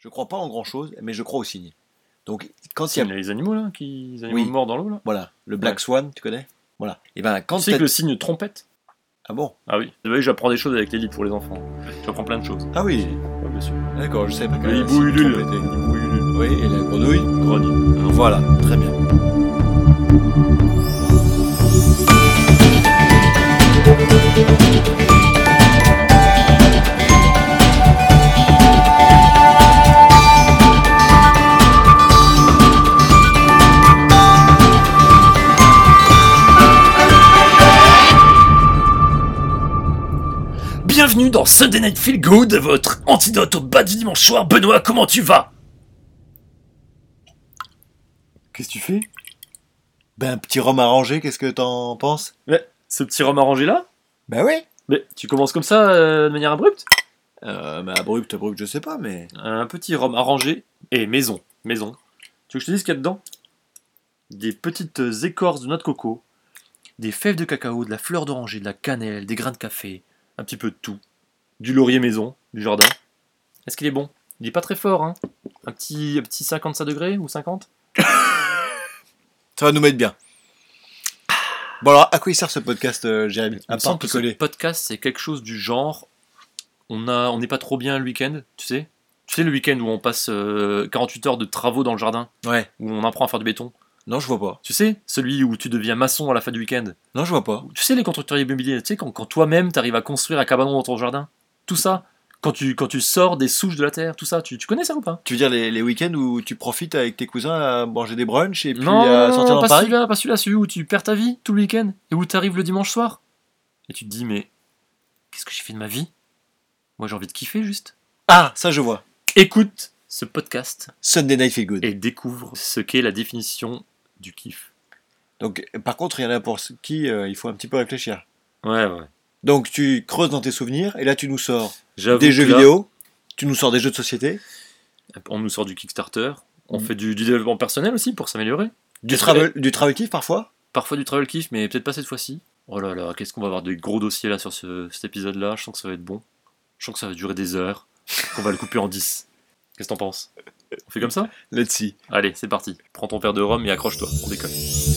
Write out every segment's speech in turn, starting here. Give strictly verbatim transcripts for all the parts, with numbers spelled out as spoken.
Je crois pas en grand-chose, mais je crois aux signes. Donc, quand C'est il y a... les animaux, là, qui... les animaux Oui. morts dans l'eau, là. Voilà, le Black Ouais. Swan, tu connais? Voilà. Et ben, quand Tu sais t'as- que le signe trompette. Ah bon? Ah oui. Vous voyez, j'apprends des choses avec les livres pour les enfants. J'apprends plein de choses. Ah oui, Ouais, bien sûr. d'accord, je savais pas que Le le hibou signe ulule. trompette était- Le hibou ulule. Oui, et la grenouille? Grenier. Voilà, très bien. Bienvenue dans Sunday Night Feel Good, votre antidote au bas du dimanche soir. Benoît, comment tu vas? Qu'est-ce que tu fais? Ben, un petit rhum arrangé, qu'est-ce que t'en penses? Ouais, ce petit rhum arrangé là? Ben oui. Mais tu commences comme ça, euh, de manière abrupte? Euh, ben, abrupt, abrupt, je sais pas, mais... Un petit rhum arrangé et maison. Maison. Tu veux que je te dise ce qu'il y a dedans? Des petites écorces de noix de coco, des fèves de cacao, de la fleur d'oranger, de la cannelle, des grains de café, un petit peu de tout. Du laurier maison, du jardin. Est-ce qu'il est bon? Il est pas très fort, hein? Un petit, un petit cinquante-cinq degrés ou cinquante? Ça va nous mettre bien. Bon alors, à quoi il sert ce podcast, euh, Jérémy? Il À me part semble que ce picoler. podcast, c'est quelque chose du genre... On a, on n'est pas trop bien le week-end, tu sais? Tu sais, le week-end où on passe euh, quarante-huit heures de travaux dans le jardin, Ouais. où on apprend à faire du béton. Non, je vois pas. Tu sais, celui où tu deviens maçon à la fin du week-end. Non, je vois pas. Tu sais, les constructeurs immobiliers, tu sais, quand, quand toi-même t'arrives à construire un cabanon dans ton jardin, tout ça, quand tu, quand tu sors des souches de la terre, tout ça, tu, tu connais ça ou pas? Tu veux dire les, les week-ends où tu profites avec tes cousins à manger des brunchs et puis Non, à non, sortir non, dans pas Paris? celui-là, pas celui-là, celui où tu perds ta vie tout le week-end et où t'arrives le dimanche soir. Et tu te dis, mais qu'est-ce que j'ai fait de ma vie? Moi, j'ai envie de kiffer juste. Ah, ça je vois. Écoute ce podcast Sunday Night Feel Good. et découvre ce qu'est la définition du kiff. Donc, par contre, il y en a pour qui euh, il faut un petit peu réfléchir. Ouais, ouais. Donc, tu creuses dans tes souvenirs et là, tu nous sors J'avoue des que jeux là, vidéo, tu nous sors des jeux de société, on nous sort du Kickstarter, on Mm. fait du, du développement personnel aussi pour s'améliorer. du, Qu'est-ce travel, du travel kiff parfois. Parfois du travel kiff, mais peut-être pas cette fois-ci. Oh là là, qu'est-ce qu'on va avoir de gros dossiers là sur ce, cet épisode-là. Je sens que ça va être bon. Je sens que ça va durer des heures. Qu'on va le couper en dix. Qu'est-ce que t'en penses? On fait comme ça? Let's see. Allez, c'est parti. Prends ton verre de rhum et accroche-toi. On décolle.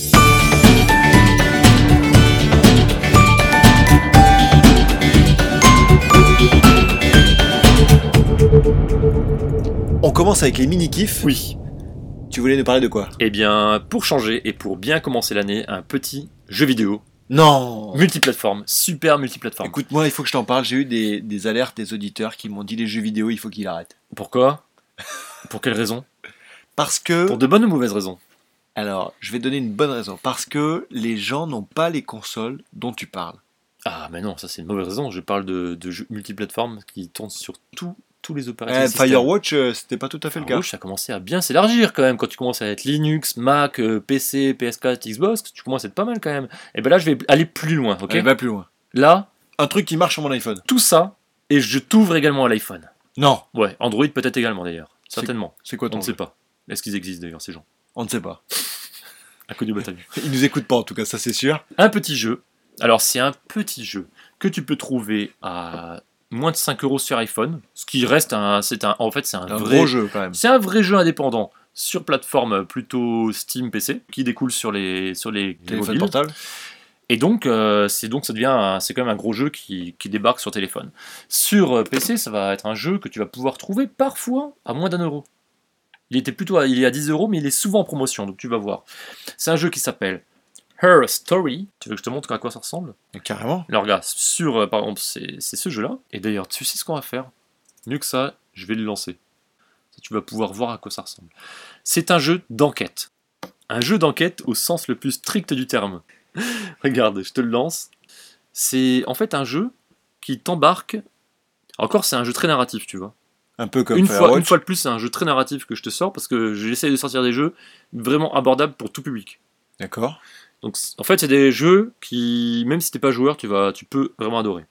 On commence avec les mini-kiffs. Oui. Tu voulais nous parler de quoi? Eh bien, pour changer et pour bien commencer l'année, un petit jeu vidéo. Non. Multiplateforme. Super multiplateforme. Écoute-moi, il faut que je t'en parle. J'ai eu des, des alertes des auditeurs qui m'ont dit les jeux vidéo, il faut qu'ils arrêtent. Pourquoi? Pour quelle raison? Parce que... Pour de bonnes ou mauvaises raisons? Alors, je vais donner une bonne raison. Parce que les gens n'ont pas les consoles dont tu parles. Ah, mais non, ça c'est une mauvaise raison. Je parle de, de jeux multiplateformes qui tournent sur tout, tous les opératifs Eh, systèmes. Firewatch, euh, c'était pas tout à fait le cas. Firewatch, ça a commencé à bien s'élargir quand même. Quand tu commences à être Linux, Mac, euh, P C, P S quatre, Xbox, tu commences à être pas mal quand même. Et ben là, je vais aller plus loin, ok? Allez, va plus loin. Là, Un truc qui marche sur mon iPhone. tout ça, et je t'ouvre également à l'iPhone. Non. Ouais, Android peut-être également d'ailleurs. C'est- Certainement. C'est quoi On ton ne jeu sait pas. Est-ce qu'ils existent d'ailleurs, ces gens? On ne sait pas. Inconnu bataillon. Ils nous écoutent pas en tout cas, ça c'est sûr. Un petit jeu. Alors, c'est un petit jeu que tu peux trouver à moins de cinq euros sur iPhone. Ce qui reste un. C'est un en fait, c'est un, Un vrai gros jeu quand même. C'est un vrai jeu indépendant sur plateforme plutôt Steam P C qui découle sur les sur les, les Téléphone mobiles. portable. Et donc euh, c'est donc ça devient un- c'est quand même un gros jeu qui, qui débarque sur téléphone. Sur euh, P C, ça va être un jeu que tu vas pouvoir trouver parfois à moins d'un euro. Il était plutôt à, il est à dix euros, mais il est souvent en promotion, donc tu vas voir. C'est un jeu qui s'appelle Her Story. Tu veux que je te montre à quoi ça ressemble? Carrément. Alors regarde, sur euh, par exemple, c'est c'est ce jeu-là. Et d'ailleurs, tu sais ce qu'on va faire? Mieux que ça, je vais le lancer. Tu vas pouvoir voir à quoi ça ressemble. C'est un jeu d'enquête. Un jeu d'enquête au sens le plus strict du terme. Regarde, je te le lance. C'est en fait un jeu qui t'embarque. Encore, c'est un jeu très narratif, tu vois. Un peu comme Une fois, Firewatch. une fois de plus, c'est un jeu très narratif que je te sors parce que j'essaie de sortir des jeux vraiment abordables pour tout public. D'accord. Donc, c- en fait, c'est des jeux qui, même si t'es pas joueur, tu, vas, tu peux vraiment adorer.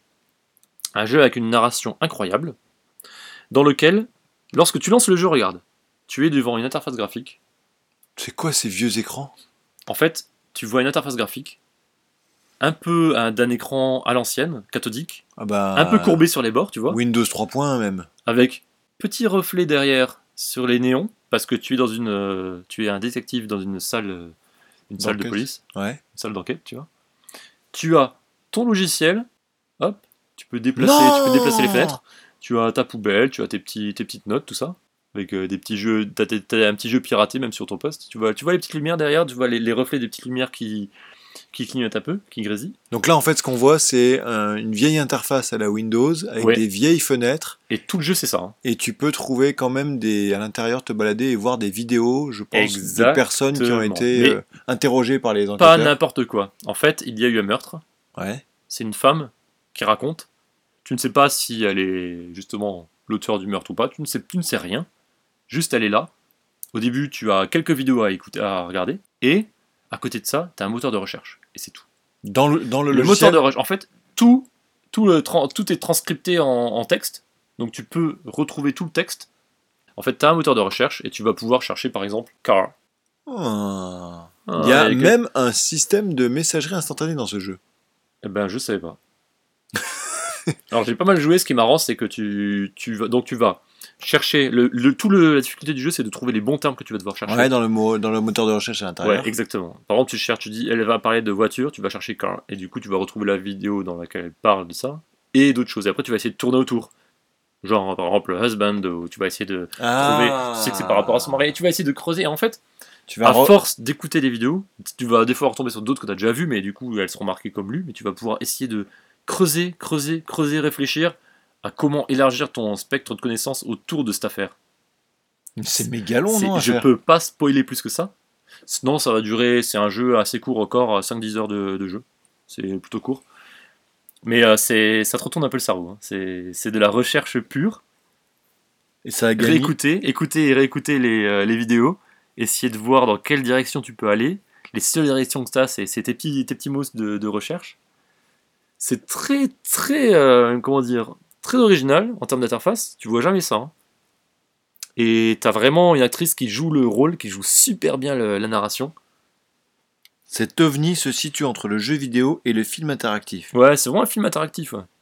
Un jeu avec une narration incroyable, dans lequel, lorsque tu lances le jeu, regarde, tu es devant une interface graphique. C'est quoi ces vieux écrans? En fait, tu vois une interface graphique, un peu un- d'un écran à l'ancienne, cathodique, Ah bah, un peu courbé sur les bords, tu vois, Windows trois points même. avec petit reflet derrière sur les néons parce que tu es dans une, euh, tu es un détective dans une salle, euh, une salle de D'enquête. police, Ouais. une salle d'enquête, tu vois. Tu as ton logiciel, hop, tu peux déplacer, tu peux déplacer les fenêtres. Tu as ta poubelle, tu as tes petits, tes petites notes, tout ça, avec euh, des petits jeux. T'as, t'as- t'as un petit jeu piraté même sur ton poste. Tu vois, tu vois les petites lumières derrière, tu vois les, les reflets des petites lumières qui, qui clignotent un peu, qui grésillent. Donc là, en fait, ce qu'on voit, c'est un- une vieille interface à la Windows avec Ouais. des vieilles fenêtres. Et tout le jeu, c'est ça. hein. Et tu peux trouver quand même des, à l'intérieur, te balader et voir des vidéos, je pense, de personnes qui ont Exactement. été Mais euh, interrogées par les Pas enquêteurs. n'importe quoi. En fait, il y a eu un meurtre. Ouais. C'est une femme qui raconte. Tu ne sais pas si elle est justement l'auteur du meurtre ou pas. Tu ne sais, tu ne sais rien. Juste, elle est là. Au début, tu as quelques vidéos à écouter, à regarder. Et à côté de ça, tu as un moteur de recherche. Et c'est tout. Dans le, dans le, Le logiciel. moteur de recherche, en fait, tout, tout, le, tran- tout est transcripté en, en texte. Donc tu peux retrouver tout le texte. En fait, tu as un moteur de recherche et tu vas pouvoir chercher par exemple car. Ah. Ah, Il y a avec- même un système de messagerie instantanée dans ce jeu. Eh ben, je savais pas. Alors j'ai pas mal joué. Ce qui est marrant, c'est que tu, tu vas donc tu vas chercher le, le tout le, la difficulté du jeu, c'est de trouver les bons termes que tu vas devoir chercher. Ouais, dans le, mo- dans le moteur de recherche à l'intérieur. Ouais, exactement. Par exemple, tu cherches, tu dis, elle va parler de voiture, tu vas chercher car, et du coup, tu vas retrouver la vidéo dans laquelle elle parle de ça, et d'autres choses. Et après, tu vas essayer de tourner autour. Genre, par exemple, le husband, où tu vas essayer de Ah. trouver, tu sais que c'est par rapport à son mari, et tu vas essayer de creuser. Et en fait, Tu vas à re- force d'écouter des vidéos, tu vas des fois retomber sur d'autres que tu as déjà vues, mais du coup, elles seront marquées comme lues, mais tu vas pouvoir essayer de creuser, creuser, creuser, réfléchir à comment élargir ton spectre de connaissances autour de cette affaire. C'est méga long, C'est- non à je faire peux pas spoiler plus que ça. Sinon, ça va durer. C'est un jeu assez court encore, à cinq dix heures de, de jeu. C'est plutôt court. Mais euh, c'est, ça te retourne un peu le cerveau. hein. C'est, c'est de la recherche pure. Et ça a gagné. Réécouter, écouter et réécouter les, euh, les vidéos. Essayer de voir dans quelle direction tu peux aller. Les seules directions que tu as, c'est, c'est tes petits, tes petits mots de, de recherche. C'est très, très. euh, comment dire Très original en termes d'interface. Tu vois jamais ça. hein. Et t'as vraiment une actrice qui joue le rôle, qui joue super bien le- la narration. Cet ovni se situe entre le jeu vidéo et le film interactif. Ouais, c'est vraiment un film interactif. ouais.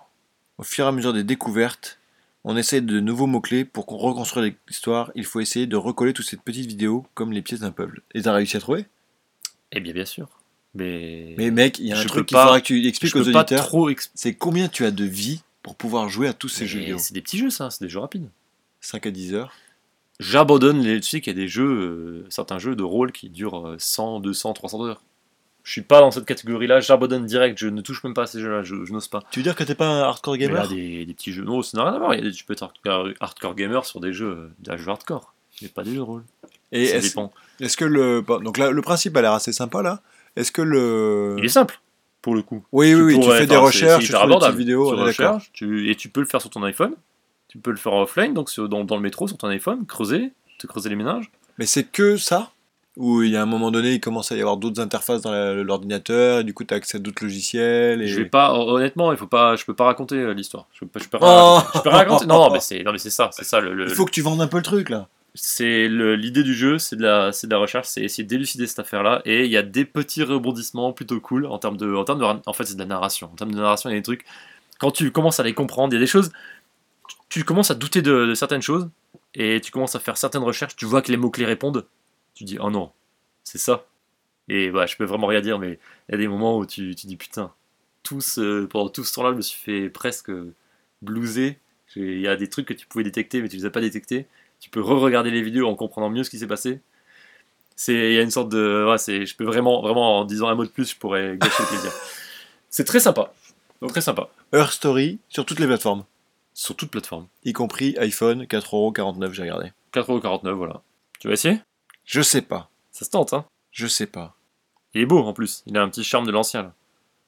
Au fur et à mesure des découvertes, on essaie de nouveaux mots-clés pour qu'on reconstruise l'histoire. Il faut essayer de recoller toutes ces petites vidéos comme les pièces d'un puzzle. Et t'as réussi à trouver? Eh bien, bien sûr. Mais, Mais mec, il y a un Je truc peux qu'il pas- faudra que tu je expliques peux aux pas auditeurs. trop expliquer. C'est combien tu as de vie pour pouvoir jouer à tous ces jeux vidéo? C'est des petits jeux, ça. C'est des jeux rapides. cinq à dix heures. J'abandonne les. Tu sais qu'il y a des jeux, euh, certains jeux de rôle qui durent euh, cent, deux cents, trois cents heures. Je suis pas dans cette catégorie-là. J'abandonne direct. Je ne touche même pas à ces jeux-là. Je, je n'ose pas. Tu veux dire que t'es pas un hardcore Mais gamer? là, des, des petits jeux. Non, ça n'a rien à voir. Il y a des- tu peux être hardcore, hardcore gamer sur des jeux, euh, des jeux hardcore. Mais pas des jeux de rôle. Et ça est-ce, dépend. est-ce que le. bon, donc là, le principe a l'air assez sympa là. Est-ce que le. Il est simple, pour le coup. Oui, oui, oui, tu pourrais- fais des enfin, recherches, c'est tu hyper trouves des petites abordable. vidéos, Tu on est d'accord. recherches, tu- et tu peux le faire sur ton iPhone. Tu peux le faire offline, donc sur- dans, dans le métro, sur ton iPhone, creuser, te creuser les ménages. Mais c'est que ça? Ou il y a un moment donné, il commence à y avoir d'autres interfaces dans la- l'ordinateur, et du coup, tu as accès à d'autres logiciels. Et... Je vais pas, honnêtement, il faut pas, je peux pas raconter euh, l'histoire. Je peux, pas- je peux Oh rien raconter. Je peux rien raconter. Non, non, mais c'est, non, mais c'est ça, c'est ça le. le- Il faut que tu vendes un peu le truc là. C'est le- l'idée du jeu, c'est de la, c'est de la recherche, c'est essayer d'élucider cette affaire-là. Et il y a des petits rebondissements plutôt cool en termes de, en termes de, en fait, c'est de la narration. En termes de narration, il y a des trucs. Quand tu commences à les comprendre, il y a des choses. Tu commences à douter de, de certaines choses et tu commences à faire certaines recherches. Tu vois que les mots clés répondent. Tu dis oh non, c'est ça. Et bah, je peux vraiment rien dire, mais il y a des moments où tu, tu dis putain. Tout ce, pendant tout ce temps-là, je me suis fait presque blouser. J'ai- Il y a des trucs que tu pouvais détecter, mais tu les as pas détectés. Tu peux re-regarder les vidéos en comprenant mieux ce qui s'est passé. C'est, il y a une sorte de, ouais, c'est, je peux vraiment, vraiment en disant un mot de plus, je pourrais gâcher le plaisir. C'est très sympa, donc très sympa Her Story sur toutes les plateformes, sur toute plateforme. y compris iPhone, quatre euros quarante-neuf, j'ai regardé. quatre euros quarante-neuf, voilà. Tu vas essayer? Je sais pas, Ça se tente, hein. je sais pas. Il est beau en plus, il a un petit charme de l'ancien là.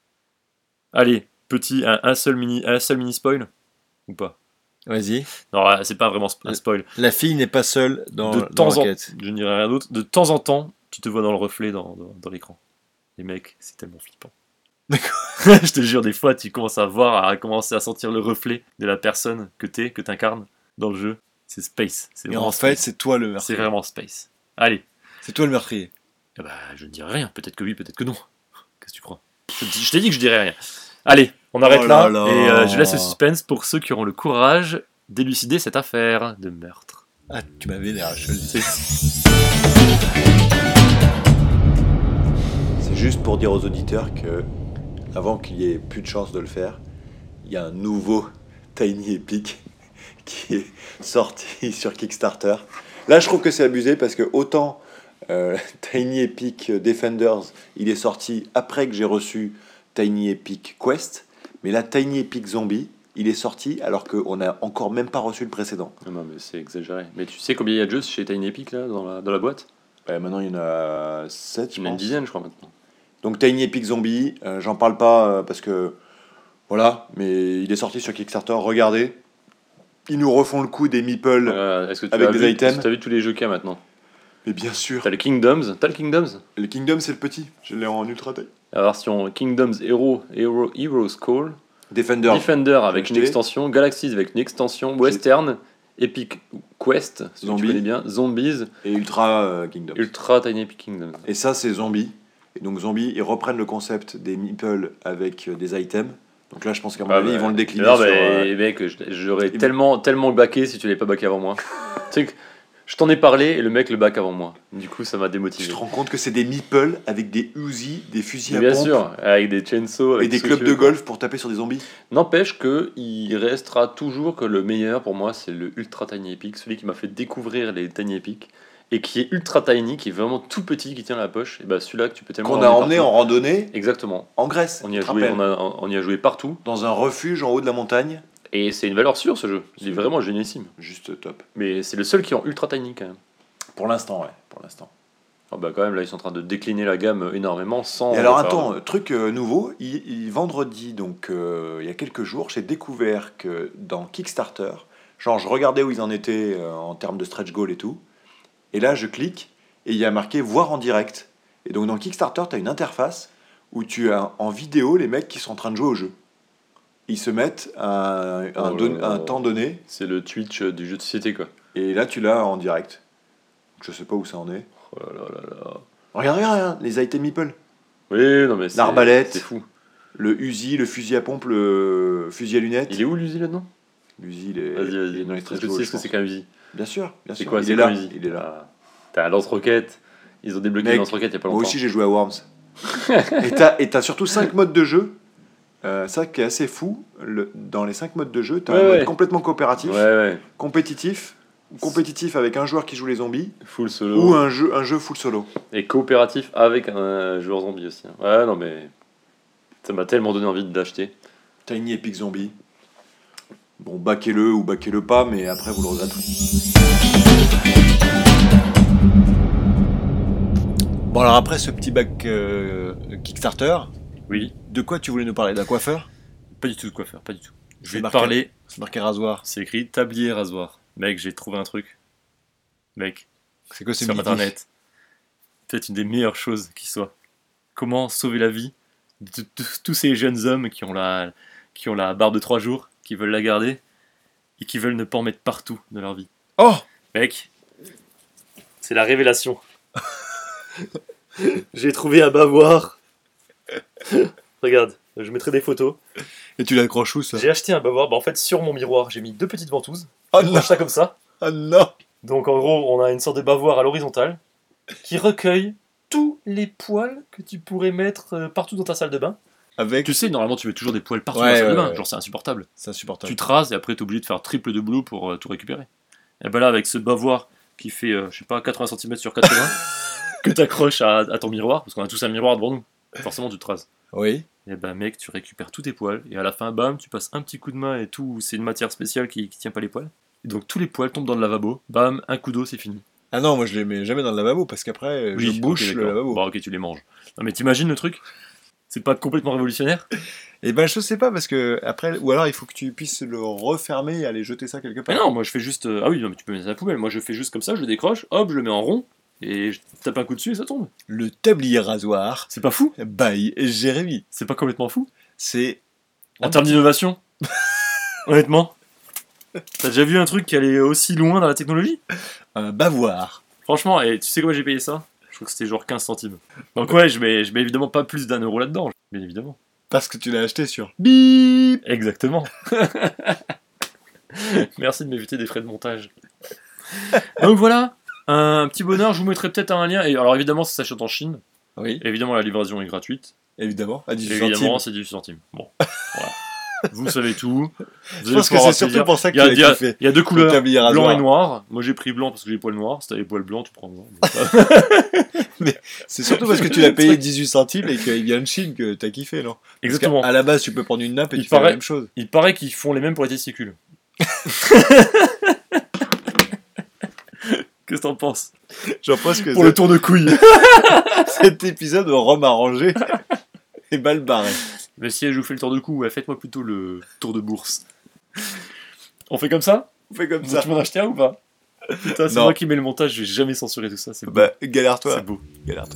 Allez, petit, un, un seul mini, un seul mini spoil ou pas? Vas-y. Non, là, c'est pas vraiment sp- un spoil. La fille n'est pas seule dans, de dans temps en l'enquête. je ne dirais rien d'autre. De temps en temps, tu te vois dans le reflet dans, dans, dans l'écran. Les mecs, c'est tellement flippant. D'accord. Je te jure, des fois, tu commences à voir, à commencer à sentir le reflet de la personne que t'es, que t'incarnes dans le jeu. C'est space. C'est Et vraiment en fait, space. c'est toi le c'est meurtrier. vraiment space. Allez. C'est toi le meurtrier. Eh ben, je ne dirai rien. Peut-être que oui, peut-être que non. Qu'est-ce que tu crois? Je, te- je t'ai dit que je dirais rien. Allez, on arrête Oh là. là là. Et euh, je laisse le suspense pour ceux qui auront le courage d'élucider cette affaire de meurtre. Ah, tu m'avais l'air, je le dis. C'est- C'est juste pour dire aux auditeurs que, avant qu'il y ait plus de chance de le faire, il y a un nouveau Tiny Epic qui est sorti sur Kickstarter. Là, je trouve que c'est abusé parce que autant euh, Tiny Epic Defenders, il est sorti après que j'ai reçu Tiny Epic Quest, mais là, Tiny Epic Zombie, il est sorti alors qu'on n'a encore même pas reçu le précédent. Non, non, mais c'est exagéré. Mais tu sais combien il y a de jeux chez Tiny Epic là, dans la, dans la boîte? Ouais, maintenant, il y en a sept, je Il y en a une pense. dizaine, je crois, maintenant. Donc Tiny Epic Zombie, euh, j'en parle pas euh, parce que voilà, mais il est sorti sur Kickstarter, regardez. Ils nous refont le coup des meeples, Euh, est-ce que tu avec as des vu, items. est-ce que tu as vu tous les jeux qu'il y a maintenant? mais bien sûr. T'as le Kingdoms. T'as le Kingdoms? Le Kingdom, c'est le petit, je l'ai en ultra taille. La version Kingdoms Hero, Hero Heroes Call. Defender, Defender avec une acheté. extension. Galaxies avec une extension. Western. Epic Quest, si Zombie. tu connais bien. Zombies. et Ultra euh, Kingdom. Ultra Tiny Epic Kingdoms. Et ça, c'est Zombie. Et donc Zombie, ils reprennent le concept des meeples avec euh, des items. Donc là, je pense qu'à mon Ah avis, bah, ils vont le décliner non, sur... mais, euh, mec, je- j'aurais il- tellement, tellement baqué si tu l'avais pas baqué avant moi. Tu sais que je t'en ai parlé et le mec le back avant moi. Du coup, ça m'a Tu démotivé. te rends compte que c'est des meeples avec des Uzi, des fusils Mais à bien pompe sûr, avec des chainsaws, et avec des tout ce clubs que de tu veux, quoi. golf pour taper sur des zombies. N'empêche que il restera toujours que le meilleur pour moi, c'est le Ultra Tiny Epic, celui qui m'a fait découvrir les Tiny Epic et qui est ultra tiny, qui est vraiment tout petit, qui tient à la poche. Et bah celui-là que tu peux tellement Qu'on a emmené en partout. randonnée Exactement. en Grèce. On y tu a te joué, rappelles. on, a- on y a joué partout Dans un refuge en haut de la montagne. et c'est une valeur sûre ce jeu. C'est vraiment génialissime. Juste top. Mais c'est le seul qui est en ultra tiny quand même. Pour l'instant, ouais. Pour l'instant. Ah bah quand même là ils sont en train de décliner la gamme énormément sans. Et alors faire- attends, truc euh, nouveau, il, il- vendredi, donc euh, il y a quelques jours, j'ai découvert que dans Kickstarter, genre je regardais où ils en étaient euh, en termes de stretch goal et tout, et là je clique et il y a marqué voir en direct. Et donc dans Kickstarter, tu as une interface où tu as en vidéo les mecs qui sont en train de jouer au jeu. Ils se mettent à un, un Oh don- là là. un temps donné, C'est le Twitch euh, du jeu de société quoi. et là tu l'as en direct. Donc, je sais pas où ça en est. Oh là là là là. Regarde, regarde, regarde, les items meeple. Oui non mais c'est. L'arbalète. C'est fou. Le Uzi, le fusil à pompe, le fusil à lunettes. Il est où l'usine là-dedans? L'Uzi, il est, Vas-y il vas-y. est dans les Est-ce stretch que tu goals, sais je ce que pense. c'est qu'un Uzi? Bien sûr, bien C'est sûr. quoi? Il C'est est quoi là. un Uzi? Il est là. Ah, T'as un lance-roquette. Ils ont débloqué Mec, le lance-roquette il y a pas longtemps. Moi aussi, j'ai joué à Worms. et t'as et t'as surtout cinq modes de jeu. Euh, ça qui est assez fou. Le, dans les cinq modes de jeu, t'as Ouais, un mode ouais. complètement coopératif, Ouais ouais. compétitif, compétitif avec un joueur qui joue les zombies, Full solo. ou un jeu, un jeu full solo. Et coopératif avec un joueur zombie aussi. hein. Ouais non mais. Ça m'a tellement donné envie de l'acheter. Tiny Epic Zombie. Bon, baquez-le ou baquez-le pas, mais après vous le regretterez. Bon, alors après ce petit bac euh, Kickstarter, Oui. de quoi tu voulais nous parler? D'un coiffeur? Pas du tout de quoi faire, pas du tout. Je C'est vais te marqué. parler. C'est marqué rasoir. C'est écrit tablier rasoir. Mec, j'ai trouvé un truc. Mec, C'est quoi ce sur midi? internet. Peut-être une des meilleures choses qui soit. Comment sauver la vie de, de- de tous ces jeunes hommes qui ont la, qui ont la barbe de trois jours, qui veulent la garder et qui veulent ne pas en mettre partout de leur vie. Oh! Mec, c'est la révélation. J'ai trouvé un bavoir. Regarde, je mettrai des photos. Et tu l'accroches où ça? J'ai acheté un bavoir. Bah, en fait, sur mon miroir, j'ai mis deux petites ventouses. Oh Je non! range ça comme ça. Oh non! Donc en gros, on a une sorte de bavoir à l'horizontale qui recueille tous les poils que tu pourrais mettre euh, partout dans ta salle de bain. Avec. Tu sais, normalement, tu mets toujours des poils partout Ouais, dans la salle ouais, de bain. ouais. Genre, c'est insupportable. C'est insupportable. Tu te rases et après, t'es obligé de faire triple de boulot pour euh, tout récupérer. Et ben là, avec ce bavoir qui fait, euh, je sais pas, quatre-vingts centimètres sur quatre-vingts, que t'accroches à, à ton miroir, parce qu'on a tous un miroir devant nous. Forcément, tu te rases. Oui. Et ben mec, tu récupères tous tes poils et à la fin, bam, tu passes un petit coup de main et tout. C'est une matière spéciale qui, qui tient pas les poils. Et donc tous les poils tombent dans le lavabo. Bam, un coup d'eau, c'est fini. Ah non, moi je les mets jamais dans le lavabo parce qu'après je ok, bouche le d'accord. lavabo. Bon, ok, tu les manges. Non mais t'imagines le truc? C'est pas complètement révolutionnaire? Et ben je sais pas parce que après, ou alors il faut que tu puisses le refermer et aller jeter ça quelque part. Mais non, moi je fais juste. euh, Ah oui, non, mais tu peux mettre ça à la poubelle. Moi je fais juste comme ça, je le décroche, hop, je le mets en rond et je tape un coup dessus et ça tombe. Le tablier rasoir C'est pas fou? by Jérémy. C'est pas complètement fou? C'est En termes d'innovation? Honnêtement? T'as déjà vu un truc qui allait aussi loin dans la technologie? un bavoir. Franchement, et tu sais quoi j'ai payé ça? Je crois que c'était genre quinze centimes. Donc ouais, je mets, je mets évidemment pas plus d'un euro là-dedans, bien évidemment. Parce que tu l'as acheté sur Bip. Exactement. Merci de m'éviter des frais de montage. Donc voilà, un petit bonheur. Je vous mettrai peut-être un lien. Et alors évidemment, ça s'achète en Chine. Oui, Évidemment, la livraison est gratuite. évidemment. À dix-huit Évidemment, centimes. c'est dix-huit centimes. Bon, voilà. Vous savez tout. Vous Je allez pense que pouvoir c'est plaisir. surtout pour ça que Il y, a, tu il y as a- kiffé. il y a deux couleurs, tablier blanc rasoir. et noir. Moi j'ai pris blanc parce que j'ai les poils noirs. Si t'as les poils blancs, tu prends noir. C'est surtout parce que tu l'as payé dix-huit centimes et qu'il vient de Chine que t'as kiffé, non? Parce Exactement. qu'à la base, tu peux prendre une nappe et Il tu fais la paraît- même chose. Il paraît qu'ils font les mêmes pour les testicules. Qu'est-ce que t'en penses? J'en pense que Pour le tour de couille. cet épisode au rhum arrangé est mal barré. Mais si je vous fais le tour de cou, ouais, faites-moi plutôt le tour de bourse. On fait comme ça? On fait comme Tu ça. m'en as acheté un ou pas? Putain, c'est Non. moi qui mets le montage, je vais jamais censurer tout ça, c'est beau. Bah, galère-toi. C'est beau. Galère-toi.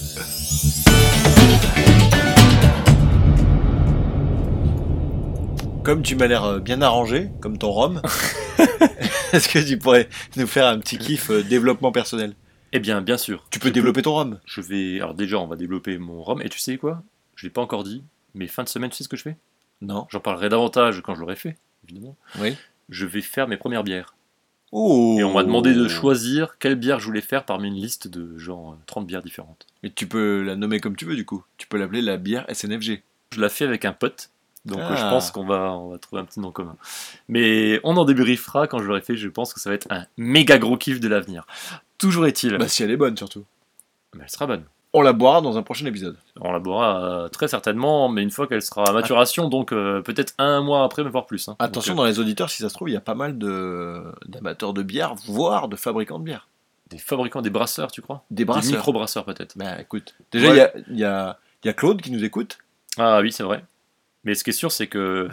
Comme tu m'as l'air euh, bien arrangé, comme ton rhum, est-ce que tu pourrais nous faire un petit kiff euh, développement personnel? Eh bien, bien sûr. Tu peux développer ton rhum. Je vais. Alors, déjà, on va développer mon rhum. Et tu sais quoi? Je l'ai pas encore dit, mais fin de semaine, tu sais ce que je fais? Non. J'en parlerai davantage quand je l'aurai fait, évidemment. Oui. Je vais faire mes premières bières. Oh. Et on m'a demandé de choisir quelle bière je voulais faire parmi une liste de genre euh, trente bières différentes. Mais tu peux la nommer comme tu veux du coup. Tu peux l'appeler la bière S N F G. Je la fais avec un pote, donc euh, je Ah. pense qu'on va, on va trouver un petit nom commun. Mais on en débriefera quand je l'aurai fait, je pense que ça va être un méga gros kiff de l'avenir. Toujours est-il, Bah si elle est bonne surtout. mais elle sera bonne. On la boira dans un prochain épisode. On la boira euh, très certainement, mais une fois qu'elle sera à maturation, donc euh, peut-être un mois après, mais voire plus. hein. Attention, Donc, dans les auditeurs, si ça se trouve, il y a pas mal de d'amateurs de bière, voire de fabricants de bière. euh, des fabricants, des brasseurs, tu crois? Des Des brasseurs. micro-brasseurs peut-être. Bah écoute, déjà il Ouais. y, a, il y, a, il y a Claude qui nous écoute. Ah oui, c'est vrai. Mais ce qui est sûr, c'est que.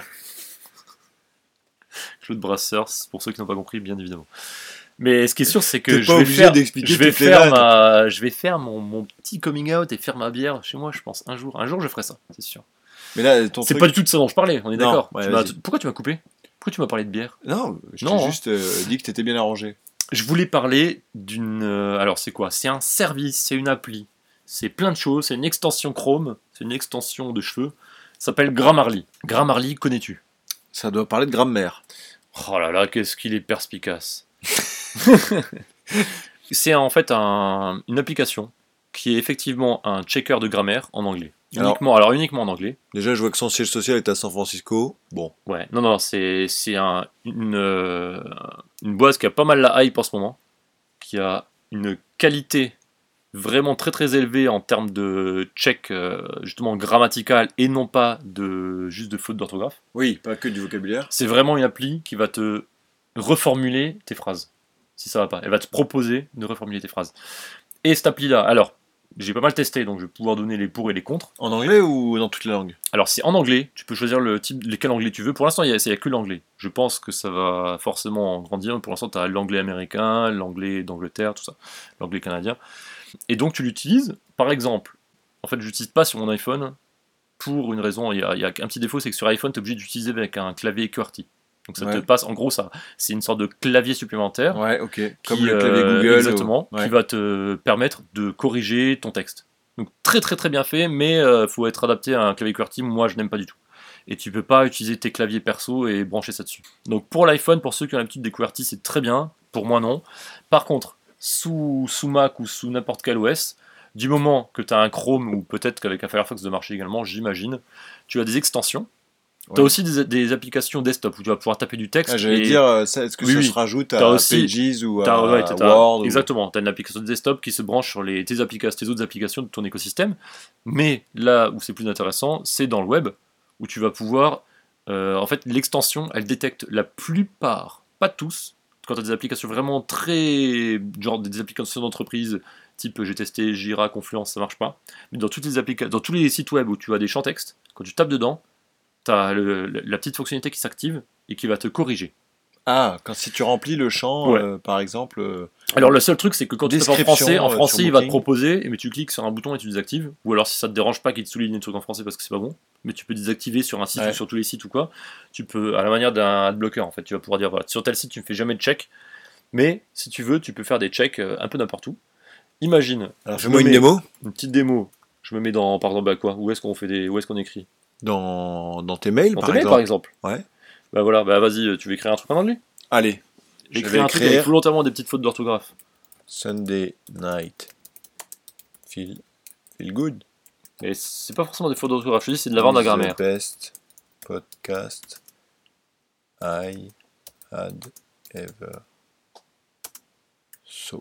Claude Brasseur, c'est pour ceux qui n'ont pas compris, bien évidemment. Mais ce qui est sûr, c'est que T'es je pas vais obligé faire, d'expliquer je vais toutes les faire vannes. ma, je vais faire mon, mon petit coming out et faire ma bière chez moi, je pense, un jour. Un jour, je ferai ça, c'est sûr. Mais là, ton C'est truc... pas du tout de ça dont je parlais, on est Non, d'accord. ouais, Tu m'as- vas-y. Pourquoi tu m'as coupé? Pourquoi tu m'as parlé de bière? Non, je Non, t'ai hein. juste euh, dit que t'étais bien arrangé. Je voulais parler d'une. euh, alors, c'est quoi? C'est un service, c'est une appli, c'est plein de choses, c'est une extension Chrome, c'est une extension de cheveux. Ça s'appelle Grammarly. Grammarly, connais-tu? Ça doit parler de grammaire. Oh là là, qu'est-ce qu'il est perspicace. C'est en fait un- une application qui est effectivement un checker de grammaire en anglais. Alors- Uniquement, alors, uniquement en anglais. Déjà, je vois que son siège social est à San Francisco. Bon, Ouais, non, non, c'est c'est un, une, euh, une boîte qui a pas mal la hype en ce moment, qui a une qualité vraiment très très élevée en termes de check euh, justement grammatical et non pas de juste de faute d'orthographe. oui, pas que du vocabulaire. C'est vraiment une appli qui va te reformuler tes phrases, si ça va pas. Elle va te proposer de reformuler tes phrases. Et cette appli-là, alors, j'ai pas mal testé, donc je vais pouvoir donner les pour et les contre. En anglais ou dans toutes les langues? Alors, c'est en anglais, tu peux choisir le type, lequel anglais tu veux. Pour l'instant, il n'y a, il y a que l'anglais. Je pense que ça va forcément grandir. Pour l'instant, tu as l'anglais américain, l'anglais d'Angleterre, tout ça, l'anglais canadien. Et donc, tu l'utilises, par exemple, en fait, je l'utilise pas sur mon iPhone pour une raison. Il y a, il y a un petit défaut, c'est que sur iPhone, tu es obligé d'utiliser avec un clavier QWERTY. Donc, ça Ouais. te passe, en gros, ça, c'est une sorte de clavier supplémentaire. Ouais, ok. Comme qui, le clavier euh, Google. Exactement, ou- ouais. qui va te permettre de corriger ton texte. Donc très très très bien fait, mais il euh, faut être adapté à un clavier QWERTY, moi je n'aime pas du tout. Et tu peux pas utiliser tes claviers perso et brancher ça dessus. Donc pour l'iPhone, pour ceux qui ont l'habitude des QWERTY, c'est très bien, pour moi non. Par contre, sous, sous Mac ou sous n'importe quel O S, du moment que tu as un Chrome, ou peut-être qu'avec un Firefox de marché également, j'imagine, tu as des extensions. Tu as Ouais. aussi des, des applications desktop où tu vas pouvoir taper du texte. Ah, j'allais et- dire, euh, ça- est-ce que Oui, ça oui. se rajoute T'as à aussi- Pages ou T'as- à ouais, t'as- t'as- Word ou- Exactement, tu as une application de desktop qui se branche sur les, tes, applications, tes autres applications de ton écosystème. Mais là où c'est plus intéressant, c'est dans le web, où tu vas pouvoir... euh, en fait, l'extension, elle détecte la plupart, pas tous, quand tu as des applications vraiment très... genre des applications d'entreprise, type j'ai testé Jira, Confluence, ça marche pas. Mais dans, toutes les applica- dans tous les sites web où tu as des champs texte, quand tu tapes dedans, tu as la petite fonctionnalité qui s'active et qui va te corriger. Ah, quand si tu remplis le champ, Ouais. euh, par exemple. euh, Alors le seul truc c'est que quand tu tapes en Description, français, en euh, français sur il va te Booking. proposer, mais tu cliques sur un bouton et tu désactives. Ou alors si ça te dérange pas qu'il te souligne des trucs en français parce que c'est pas bon, mais tu peux désactiver sur un site Ouais. ou sur tous les sites ou quoi. Tu peux, à la manière d'un adblocker en fait, tu vas pouvoir dire voilà, sur tel site tu ne fais jamais de check, mais si tu veux tu peux faire des checks euh, un peu n'importe où. Imagine, Alors, je fais-moi me une mets- démo une petite démo, je me mets dans par exemple à quoi, où est-ce qu'on fait des, où est-ce qu'on écrit dans, dans tes mails, Dans par tes mails exemple. par exemple. Ouais. Bah voilà, bah vas-y, tu veux écrire un truc en anglais. Allez, Je écris vais un truc écrire- avec volontairement des petites fautes d'orthographe. Sunday night. Feel, feel good. Mais c'est pas forcément des fautes d'orthographe, je dis c'est de la vente de la Is grammaire. the best podcast I had ever so.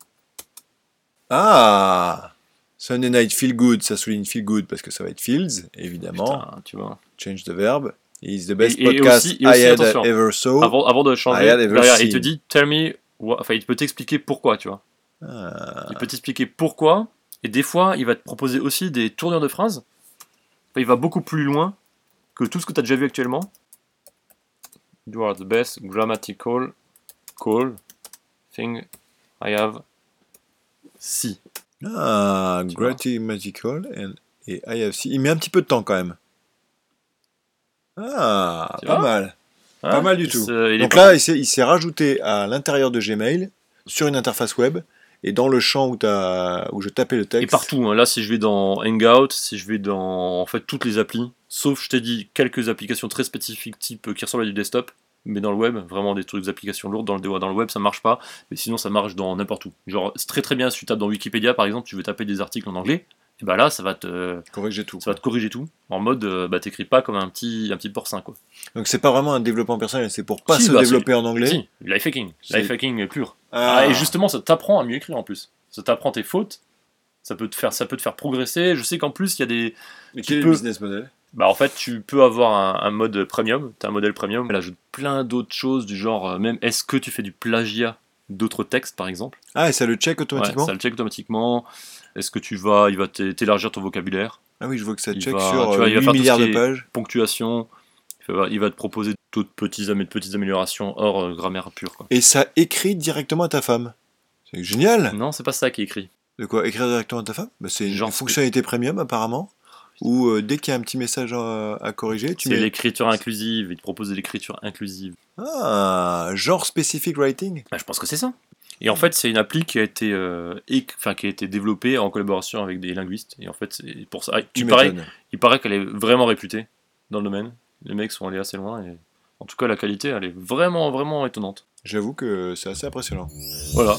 Ah! Sunday night feel good, ça souligne feel good parce que ça va être feels, évidemment. Putain, tu vois. Change the verb. Is the best Et- et podcast aussi- et aussi, I had attention, ever saw. Avant, avant de changer, I had ever derrière, il te seen. dit tell me, what- enfin il peut t'expliquer pourquoi, tu vois. Ah. Il peut t'expliquer pourquoi, et des fois il va te proposer aussi des tournures de phrases. Enfin, il va beaucoup plus loin que tout ce que tu as déjà vu actuellement. You are the best grammatical call thing I have seen. Ah, Tu vois. grammatical and, et I have seen. Il met un petit peu de temps quand même. Ah, Tu pas vois mal. Hein Pas mal du Il tout. se- il est Donc pas- là, il s'est, il s'est rajouté à l'intérieur de Gmail, sur une interface web, et dans le champ où, t'as, où je tapais le texte. Et partout, hein. Là si je vais dans Hangout, si je vais dans en fait toutes les applis, sauf je t'ai dit quelques applications très spécifiques type euh, qui ressemblent à du desktop, mais dans le web, vraiment des trucs d'applications lourdes dans le dans le web ça marche pas, mais sinon ça marche dans n'importe où. Genre c'est très très bien si tu tapes dans Wikipédia par exemple, tu veux taper des articles en anglais, et bah là ça va te Corriger tout. ça va te corriger tout en mode euh, bah t'écris pas comme un petit un petit porcin quoi. Donc c'est pas vraiment un développement personnel, c'est pour pas Si, se bah, développer en anglais. Si, life hacking, C'est- life hacking pur. Ah. Ah, et justement ça t'apprend à mieux écrire en plus. Ça t'apprend tes fautes. Ça peut te faire ça peut te faire progresser. Je sais qu'en plus il y a des Mais tu quel est peux- le business model? Bah en fait tu peux avoir un, un mode premium, t'as un modèle premium, elle ajoute plein d'autres choses du genre euh, même est-ce que tu fais du plagiat d'autres textes par exemple. Ah, et ça le check Ouais, automatiquement? ça le check automatiquement. Est-ce que tu vas, il va t'é- t'élargir ton vocabulaire, Ah oui, je vois que ça Il check va- sur tu vois, il va huit faire tout ce milliards qui de est- pages. ponctuation, il va, il va te proposer d'autres petits, amé- petites améliorations hors euh, grammaire pure quoi. Et ça écrit directement à ta femme. C'est génial! Non, c'est pas ça qui est écrit. De quoi? Écrire directement à ta femme? Bah, c'est Genre, une fonctionnalité premium apparemment. Où euh, dès qu'il y a un petit message à, à corriger, tu C'est mets. l'écriture inclusive, il te propose de l'écriture inclusive. Ah, genre specific writing? Bah, je pense que c'est ça. Et en fait, c'est une appli qui a été, euh, éc- enfin, qui a été développée en collaboration avec des linguistes. Et en fait, c'est pour ça. Ah, Tu il paraît, m'étonnes. il paraît qu'elle est vraiment réputée dans le domaine. Les mecs sont allés assez loin et en tout cas, la qualité, elle est vraiment, vraiment étonnante. J'avoue que c'est assez impressionnant. Voilà.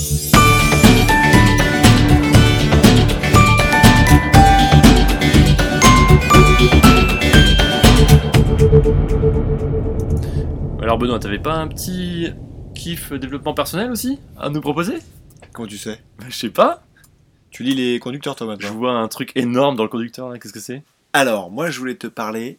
Alors Benoît, t'avais pas un petit kiff développement personnel aussi à nous proposer? Comment tu sais? Bah, je sais pas. Tu lis les conducteurs toi Je maintenant? vois un truc énorme dans le conducteur là, qu'est-ce que c'est? Alors, moi je voulais te parler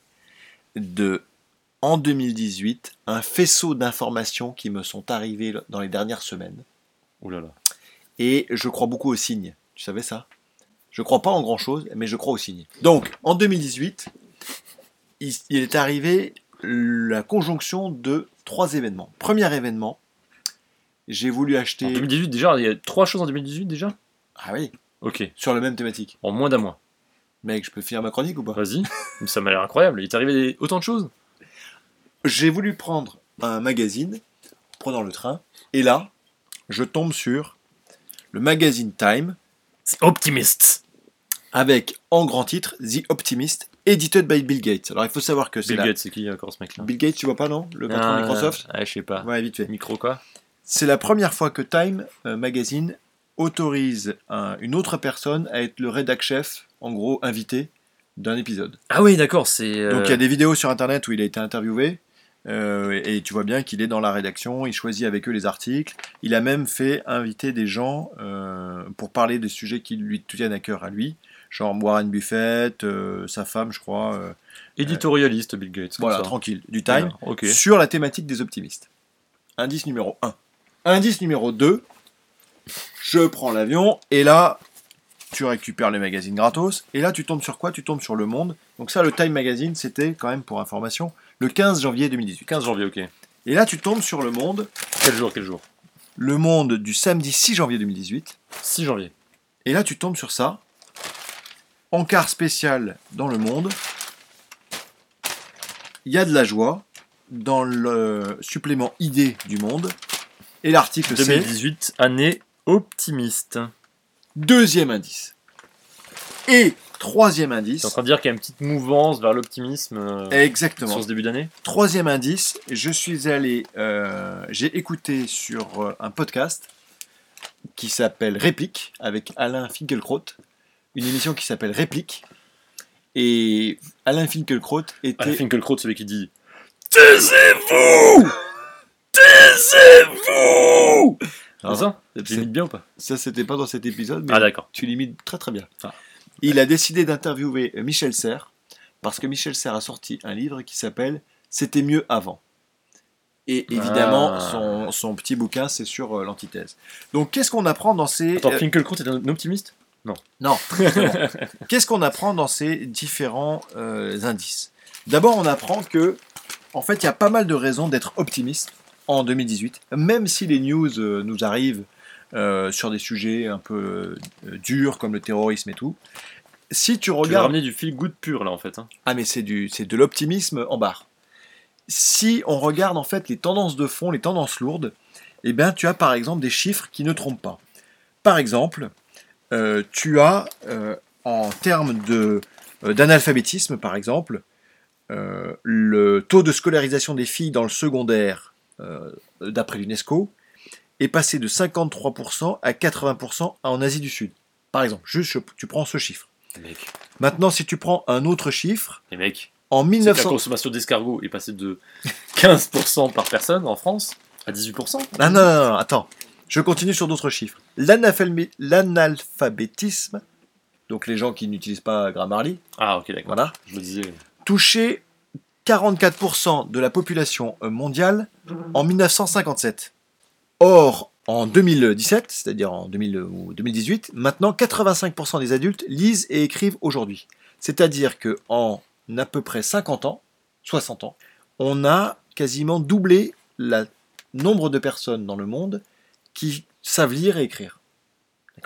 de, en deux mille dix-huit, un faisceau d'informations qui me sont arrivées dans les dernières semaines. Ouh là là. Et je crois beaucoup aux signes. Tu savais ça? Je crois pas en grand chose, mais je crois aux signes. Donc, en deux mille dix-huit, il, il est arrivé la conjonction de trois événements. Premier événement, j'ai voulu En acheter. deux mille dix-huit déjà, il y a trois choses en deux mille dix-huit déjà? Ah oui, Ok, sur la même thématique. en moins d'un mois. Mec, je peux finir ma chronique ou pas? Vas-y, mais ça m'a l'air incroyable. Il t'est arrivé des- autant de choses? J'ai voulu prendre un magazine, prenant le train, et là, je tombe sur le magazine Time, Optimist. avec en grand titre The Optimist, edited by Bill Gates. Alors il faut savoir que c'est Bill la... Gates, c'est qui encore ce mec-là? Bill Gates, tu vois pas non? Le patron Ah, de Microsoft? ah, je sais pas. Ouais, vite fait. Micro quoi? C'est la première fois que Time euh, Magazine autorise un- une autre personne à être le rédac chef, en gros invité, d'un épisode. Ah oui, d'accord, c'est. euh, Donc il y a des vidéos sur internet où il a été interviewé, euh, et tu vois bien qu'il est dans la rédaction, il choisit avec eux les articles. Il a même fait inviter des gens euh, pour parler des sujets qui lui tiennent à cœur à lui, genre Warren Buffett, euh, sa femme, je crois. euh, éditorialiste, Bill Gates. comme voilà, ça. tranquille, du Time, Voilà, ok. sur la thématique des optimistes. Indice numéro un. Indice numéro deux, je prends l'avion, et là, tu récupères les magazines gratos, et là, tu tombes sur quoi? Tu tombes sur Le Monde. Donc ça, le Time Magazine, c'était, quand même, pour information, le quinze janvier deux mille dix-huit. quinze janvier, ok. Et là, tu tombes sur Le Monde, Quel jour, quel jour? Le Monde du samedi six janvier deux mille dix-huit, six janvier. et là, tu tombes sur ça, encart spécial dans Le Monde, il y a de la joie, dans le supplément idée du Monde, et l'article c'est... deux mille dix-huit, année optimiste. Deuxième indice. Et Troisième T'es en indice. train de dire qu'il y a une petite mouvance vers l'optimisme euh, Exactement. sur ce début d'année. Troisième indice, je suis allé, euh, j'ai écouté sur euh, un podcast qui s'appelle Réplique avec Alain Finkielkraut, une émission qui s'appelle Réplique. Et Alain Finkielkraut était. Alain Finkielkraut, celui qui dit taisez-vous, taisez-vous. Alors, C'est ça c'est- Tu l'imites bien ou pas? Ça, c'était pas dans cet épisode, mais Ah d'accord. tu l'imites très très bien. Ah. Il a décidé d'interviewer euh, Michel Serres parce que Michel Serres a sorti un livre qui s'appelle C'était mieux avant. Et évidemment, Ah. son, son petit bouquin, c'est sur euh, l'antithèse. Donc, qu'est-ce qu'on apprend dans ces. Attends, euh, Finkielkraut est un optimiste? Non. justement. Qu'est-ce qu'on apprend dans ces différents euh, indices? D'abord, on apprend que, en fait, il y a pas mal de raisons d'être optimiste en deux mille dix-huit, même si les news euh, nous arrivent euh, sur des sujets un peu euh, durs comme le terrorisme et tout. Si tu Tu veux regardes, ramener du feel good pur là en fait. Hein. ah mais c'est du, c'est de l'optimisme en barre. Si on regarde en fait les tendances de fond, les tendances lourdes, eh bien, tu as par exemple des chiffres qui ne trompent pas. Par exemple, euh, tu as euh, en termes de, euh, d'analphabétisme, par exemple, euh, le taux de scolarisation des filles dans le secondaire, euh, d'après l'UNESCO, est passé de cinquante-trois pour cent à quatre-vingts pour cent en Asie du Sud. Par exemple, juste je- tu prends ce chiffre. Les mecs, Maintenant, si tu prends un autre chiffre, les mecs. en C'est que la 1900... consommation d'escargots est passée de quinze pour cent par personne en France à dix-huit pour cent. Ah non, non, non, attends. Je continue sur d'autres chiffres. L'analphabé- L'analphabétisme, donc les gens qui n'utilisent pas Grammarly, Ah ok d'accord. voilà, Je me disais. touchait quarante-quatre pour cent de la population euh, mondiale en mille neuf cent cinquante-sept. Or, en deux mille dix-sept, c'est-à-dire en deux mille ou deux mille dix-huit, maintenant quatre-vingt-cinq pour cent des adultes lisent et écrivent aujourd'hui. C'est-à-dire que en à peu près cinquante ans, soixante ans, on a quasiment doublé le nombre de personnes dans le monde qui savent lire et écrire. D'accord ?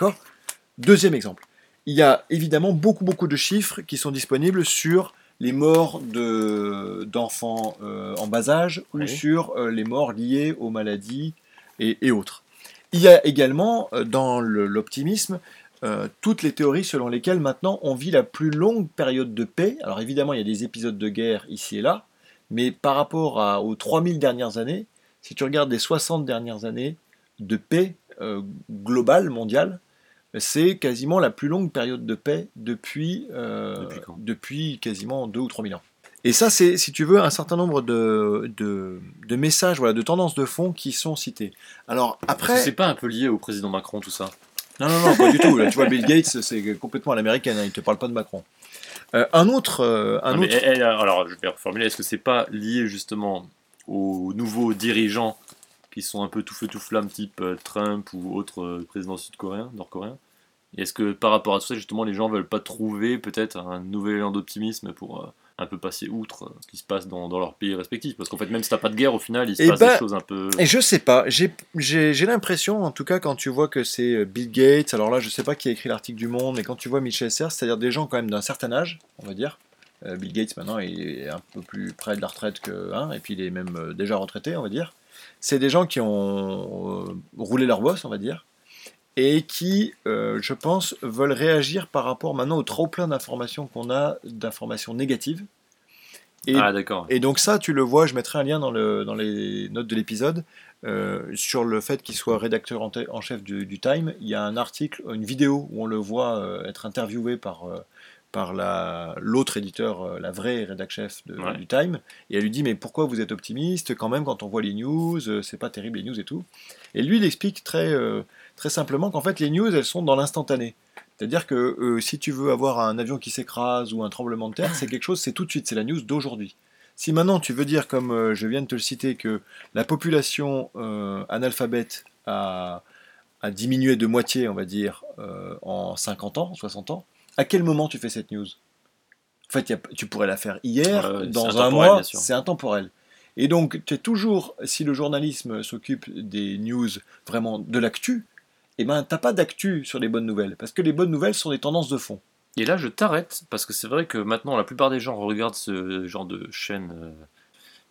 Deuxième exemple. Il y a évidemment beaucoup, beaucoup de chiffres qui sont disponibles sur les morts de, d'enfants euh, en bas âge ou Oui. sur euh, les morts liées aux maladies et, et autres. Il y a également euh, dans le- l'optimisme euh, toutes les théories selon lesquelles maintenant on vit la plus longue période de paix. Alors évidemment, il y a des épisodes de guerre ici et là, mais par rapport à- aux trois mille dernières années, si tu regardes les soixante dernières années de paix euh, globale, mondiale, c'est quasiment la plus longue période de paix depuis, euh, Depuis quand depuis quasiment deux ou trois mille ans. Et ça, c'est, si tu veux, un certain nombre de, de, de messages, voilà, de tendances de fond qui sont cités. Alors Est-ce que après... c'est pas un peu lié au président Macron tout ça? Non, non, non, pas du tout. Là, tu vois, Bill Gates, c'est complètement à l'américaine, hein, il ne te parle pas de Macron. Euh, un autre... euh, un Non, mais, autre... eh, eh, alors je vais reformuler. Est-ce que c'est pas lié justement aux nouveaux dirigeants qui sont un peu tout feu tout flamme type euh, Trump ou autres euh, présidents sud-coréens, nord-coréens? Et est-ce que par rapport à tout ça, justement, les gens veulent pas trouver peut-être un nouvel élan d'optimisme pour euh, un peu passer outre euh, ce qui se passe dans, dans leurs pays respectifs? Parce qu'en fait, même si t'as pas de guerre, au final, il se Eh passe ben, des choses un peu... Et je sais pas, j'ai j'ai- j'ai l'impression, en tout cas, quand tu vois que c'est Bill Gates, alors là, je sais pas qui a écrit l'article du Monde, mais quand tu vois Michel Serres, c'est-à-dire des gens quand même d'un certain âge, on va dire. Euh, Bill Gates, maintenant, il est un peu plus près de la retraite que... Hein, et puis il est même euh, déjà retraité, on va dire. C'est des gens qui ont euh, roulé leur bosse, on va dire, et qui, euh, je pense, veulent réagir par rapport maintenant au trop-plein d'informations qu'on a, d'informations négatives. Et Ah d'accord. et donc ça, tu le vois, je mettrai un lien dans, le, dans les notes de l'épisode, euh, sur le fait qu'il soit rédacteur en, te- en chef du, du Time. Il y a un article, une vidéo où on le voit euh, être interviewé par, euh, par la- l'autre éditeur, euh, la vraie rédac chef de- Ouais. du Time. Et elle lui dit, mais pourquoi vous êtes optimiste quand même quand on voit les news, euh, c'est pas terrible les news et tout. Et lui, il explique très, euh, très simplement qu'en fait les news, elles sont dans l'instantané. C'est-à-dire que euh, si tu veux avoir un avion qui s'écrase ou un tremblement de terre, c'est quelque chose, c'est tout de suite, c'est la news d'aujourd'hui. Si maintenant tu veux dire, comme euh, je viens de te le citer, que la population euh, analphabète a, a diminué de moitié, on va dire, euh, en cinquante ans, soixante ans, à quel moment tu fais cette news? En fait, y a- tu pourrais la faire hier, Ouais, ouais, c'est dans un intemporel, mois, bien sûr. c'est intemporel. Et donc, tu es toujours, si le journalisme s'occupe des news vraiment de l'actu, eh ben, t'as pas d'actu sur les bonnes nouvelles, parce que les bonnes nouvelles sont des tendances de fond. Et là, je t'arrête, parce que c'est vrai que maintenant, la plupart des gens regardent ce genre de chaîne euh,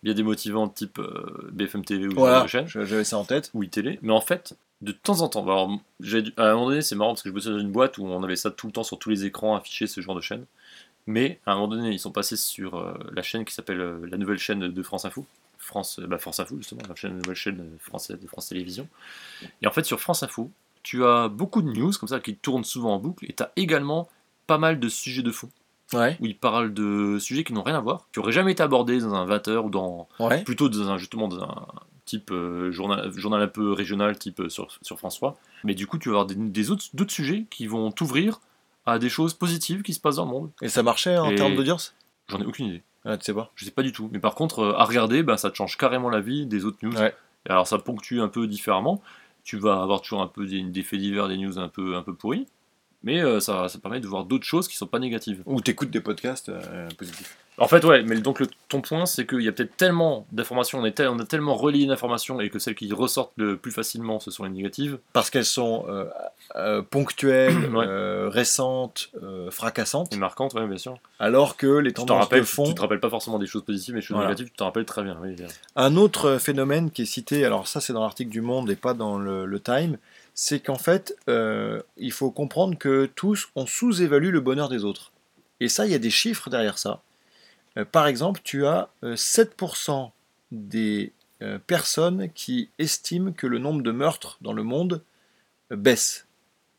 Il y a des motivants type euh, B F M T V ou ce Voilà, genre de chaîne, je- j'avais ça en tête. ou iTélé, mais en fait, de temps en temps, bah, alors, j'ai dû- à un moment donné, c'est marrant parce que je bossais dans une boîte où on avait ça tout le temps sur tous les écrans affichés, ce genre de chaîne. Mais à un moment donné, ils sont passés sur euh, la chaîne qui s'appelle euh, la nouvelle chaîne de France Info. France, euh, bah, France Info, justement, la, chaîne, la nouvelle chaîne française de France Télévisions. Et en fait, sur France Info, tu as beaucoup de news comme ça qui tournent souvent en boucle et tu as également pas mal de sujets de fond Ouais. où ils parlent de sujets qui n'ont rien à voir, qui auraient jamais été abordés dans un vingt heures ou dans Ouais. plutôt dans un, justement dans un type euh, journal, journal un peu régional type euh, sur, sur France trois. Mais du coup, tu vas avoir des, des autres, d'autres sujets qui vont t'ouvrir à des choses positives qui se passent dans le monde. Et ça marchait en Et- termes d'audience? J'en ai aucune idée. Ah, tu sais pas. Je sais pas du tout. Mais par contre, euh, à regarder, bah, ça te change carrément la vie des autres news. Ouais. Et alors ça ponctue un peu différemment. Tu vas avoir toujours un peu des, des faits divers, des news un peu, un peu pourris. Mais euh, ça, ça permet de voir d'autres choses qui sont pas négatives. Ou t'écoutes des podcasts euh, positifs. En fait, ouais, mais donc le, ton point, c'est qu'il y a peut-être tellement d'informations, on, est tel- on a tellement relié d'informations et que celles qui ressortent le plus facilement, ce sont les négatives. Parce qu'elles sont euh, euh, ponctuelles, Ouais. euh, récentes, euh, fracassantes. Et marquantes, ouais, bien sûr. Alors que les Tu t'en tendances rappelles, de fond. tu te rappelles pas forcément des choses positives, mais des choses Voilà. négatives, tu t'en rappelles très bien. Oui, bien. Un autre phénomène qui est cité, alors ça c'est dans l'article du Monde et pas dans le, le Time, c'est qu'en fait, euh, il faut comprendre que tous, on sous-évalue le bonheur des autres. Et ça, il y a des chiffres derrière ça. Euh, par exemple, tu as euh, sept pour cent des euh, personnes qui estiment que le nombre de meurtres dans le monde euh, baisse. D'accord ?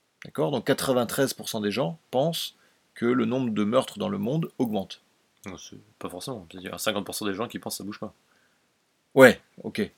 Donc quatre-vingt-treize pour cent des gens pensent que le nombre de meurtres dans le monde augmente. Non, c'est pas forcément. Il y a cinquante pour cent des gens qui pensent que ça bouge pas. Ouais, ok.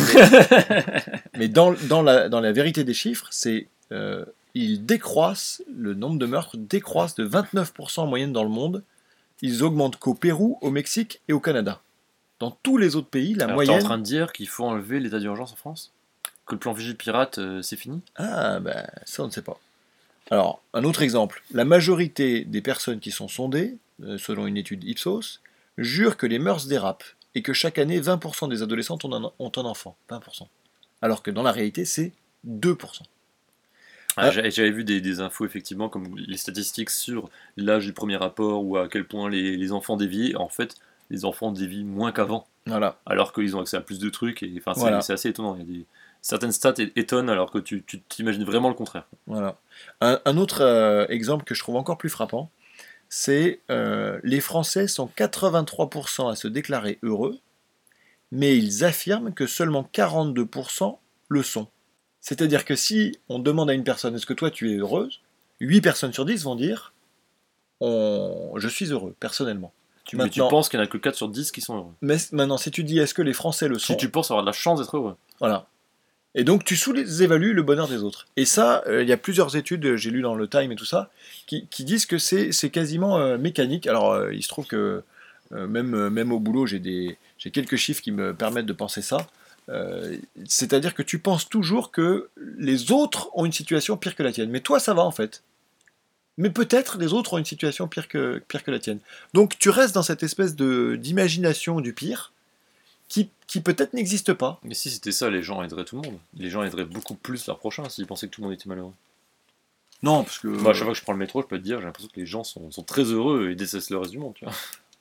Mais dans, dans, la, dans la vérité des chiffres, c'est euh, ils décroissent, le nombre de meurtres décroissent de vingt-neuf pour cent en moyenne dans le monde. Ils augmentent qu'au Pérou, au Mexique et au Canada. Dans tous les autres pays, la Alors, moyenne... t'es en train de dire qu'il faut enlever l'état d'urgence en France ? Que le plan Vigipirate, euh, c'est fini ? Ah, ben ça on ne sait pas. Alors, un autre exemple. La majorité des personnes qui sont sondées, euh, selon une étude Ipsos, jurent que les mœurs dérapent et que chaque année, vingt pour cent des adolescentes ont un, ont un enfant. vingt pour cent. Alors que dans la réalité, c'est deux pour cent. Ah, Ah. j'avais j'avais vu des, des infos, effectivement, comme les statistiques sur l'âge du premier rapport ou à quel point les, les enfants dévient. En fait, les enfants dévient moins qu'avant, Voilà. alors qu'ils ont accès à plus de trucs. Et, enfin, c'est Voilà. c'est assez étonnant. Il y a des, certaines stats é- étonnent alors que tu tu t'imagines vraiment le contraire. Voilà. Un, un autre euh, exemple que je trouve encore plus frappant, c'est euh, les Français sont quatre-vingt-trois pour cent à se déclarer heureux, mais ils affirment que seulement quarante-deux pour cent le sont. C'est-à-dire que si on demande à une personne est-ce que toi tu es heureuse, huit personnes sur dix vont dire on... je suis heureux, personnellement. Tu, mais tu Maintenant- penses qu'il n'y en a que quatre sur dix qui sont heureux. Mais maintenant, si tu dis est-ce que les Français le sont, Si tu penses avoir de la chance d'être heureux. voilà. Et donc tu sous-évalues le bonheur des autres. Et ça, euh, il y a plusieurs études, euh, j'ai lu dans le Time et tout ça, qui, qui disent que c'est c'est quasiment euh, mécanique. Alors euh, il se trouve que euh, même, euh, même au boulot, j'ai des j'ai quelques chiffres qui me permettent de penser ça. Euh, C'est-à-dire que tu penses toujours que les autres ont une situation pire que la tienne. Mais toi, ça va en fait. Mais peut-être les autres ont une situation pire que, pire que la tienne. Donc tu restes dans cette espèce de d'imagination du pire qui, qui peut-être n'existe pas. Mais si c'était ça, les gens aideraient tout le monde. Les gens aideraient beaucoup plus leurs prochains s'ils pensaient que tout le monde était malheureux. Non, parce que... Moi, à chaque fois que je prends le métro, je peux te dire, j'ai l'impression que les gens sont, sont très heureux et détestent le reste du monde. Tu vois.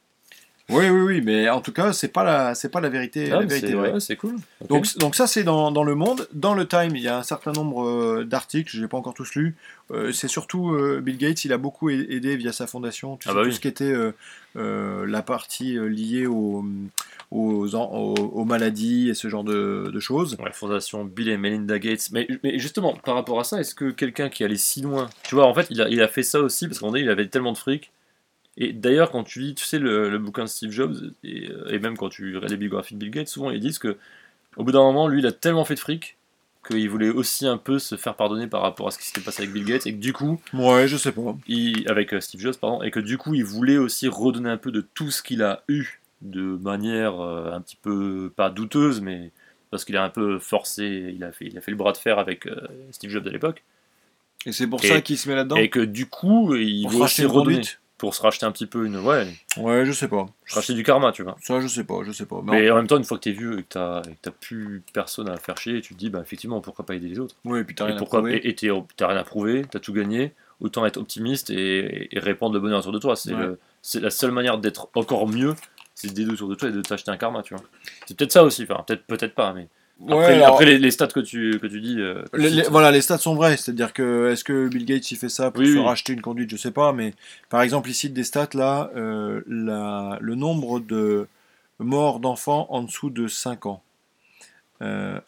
Oui, oui, oui, mais en tout cas, c'est pas la, c'est pas la vérité, Ah, la mais vérité c'est vraie. ouais, c'est cool. Ok. Donc, donc ça, c'est dans, dans le monde. Dans le Time, il y a un certain nombre euh, d'articles, je n'ai pas encore tous lus. Euh, c'est surtout euh, Bill Gates, il a beaucoup a- aidé via sa fondation, tu Ah sais, bah tout oui. ce qui était euh, euh, la partie euh, liée aux, aux, en- aux, aux maladies et ce genre de, de choses. Ouais, fondation Bill et Melinda Gates. Mais, mais justement, par rapport à ça, est-ce que quelqu'un qui allait si loin, tu vois, en fait, il a, il a fait ça aussi parce qu'en il avait tellement de fric. Et d'ailleurs, quand tu lis, tu sais, le, le bouquin de Steve Jobs, et, euh, et même quand tu regardes les biographies de Bill Gates, souvent ils disent que au bout d'un moment, lui, il a tellement fait de fric qu'il voulait aussi un peu se faire pardonner par rapport à ce qui s'était passé avec Bill Gates, et que du coup, Ouais, je sais pas. il, avec euh, Steve Jobs, pardon, et que du coup, il voulait aussi redonner un peu de tout ce qu'il a eu de manière euh, un petit peu, pas douteuse, mais parce qu'il a un peu forcé, il a fait, il a fait le bras de fer avec euh, Steve Jobs à l'époque, Et c'est pour Et- ça qu'il se met là-dedans. et que du coup, il Pour veut se aussi racheter une redonner, conduite. pour se racheter un petit peu une, ouais, Ouais, je sais pas. se racheter du karma, tu vois. Ça, je sais pas, je sais pas. Mais Mais en même temps, une fois que t'es vieux et que t'as, et que t'as plus personne à faire chier, tu te dis, bah effectivement, pourquoi pas aider les autres. Ouais, et puis t'as Et rien à pourquoi prouver. et, et t'es- t'as rien à prouver, t'as tout gagné, autant être optimiste et, et répandre le bonheur autour de toi. C'est, Ouais. le- c'est la seule manière d'être encore mieux, c'est des doutes autour de toi et de t'acheter un karma, tu vois. C'est peut-être ça aussi, enfin, peut-être, peut-être pas, mais. Après, Ouais, alors- après les, les stats que tu, que tu dis. euh, Les- les- cites, voilà, les stats sont vrais, c'est-à-dire que est-ce que Bill Gates il fait ça pour Oui, se oui. racheter une conduite, je sais pas, mais par exemple, il cite des stats là, euh, la- le nombre de morts d'enfants en dessous de cinq ans. Euh,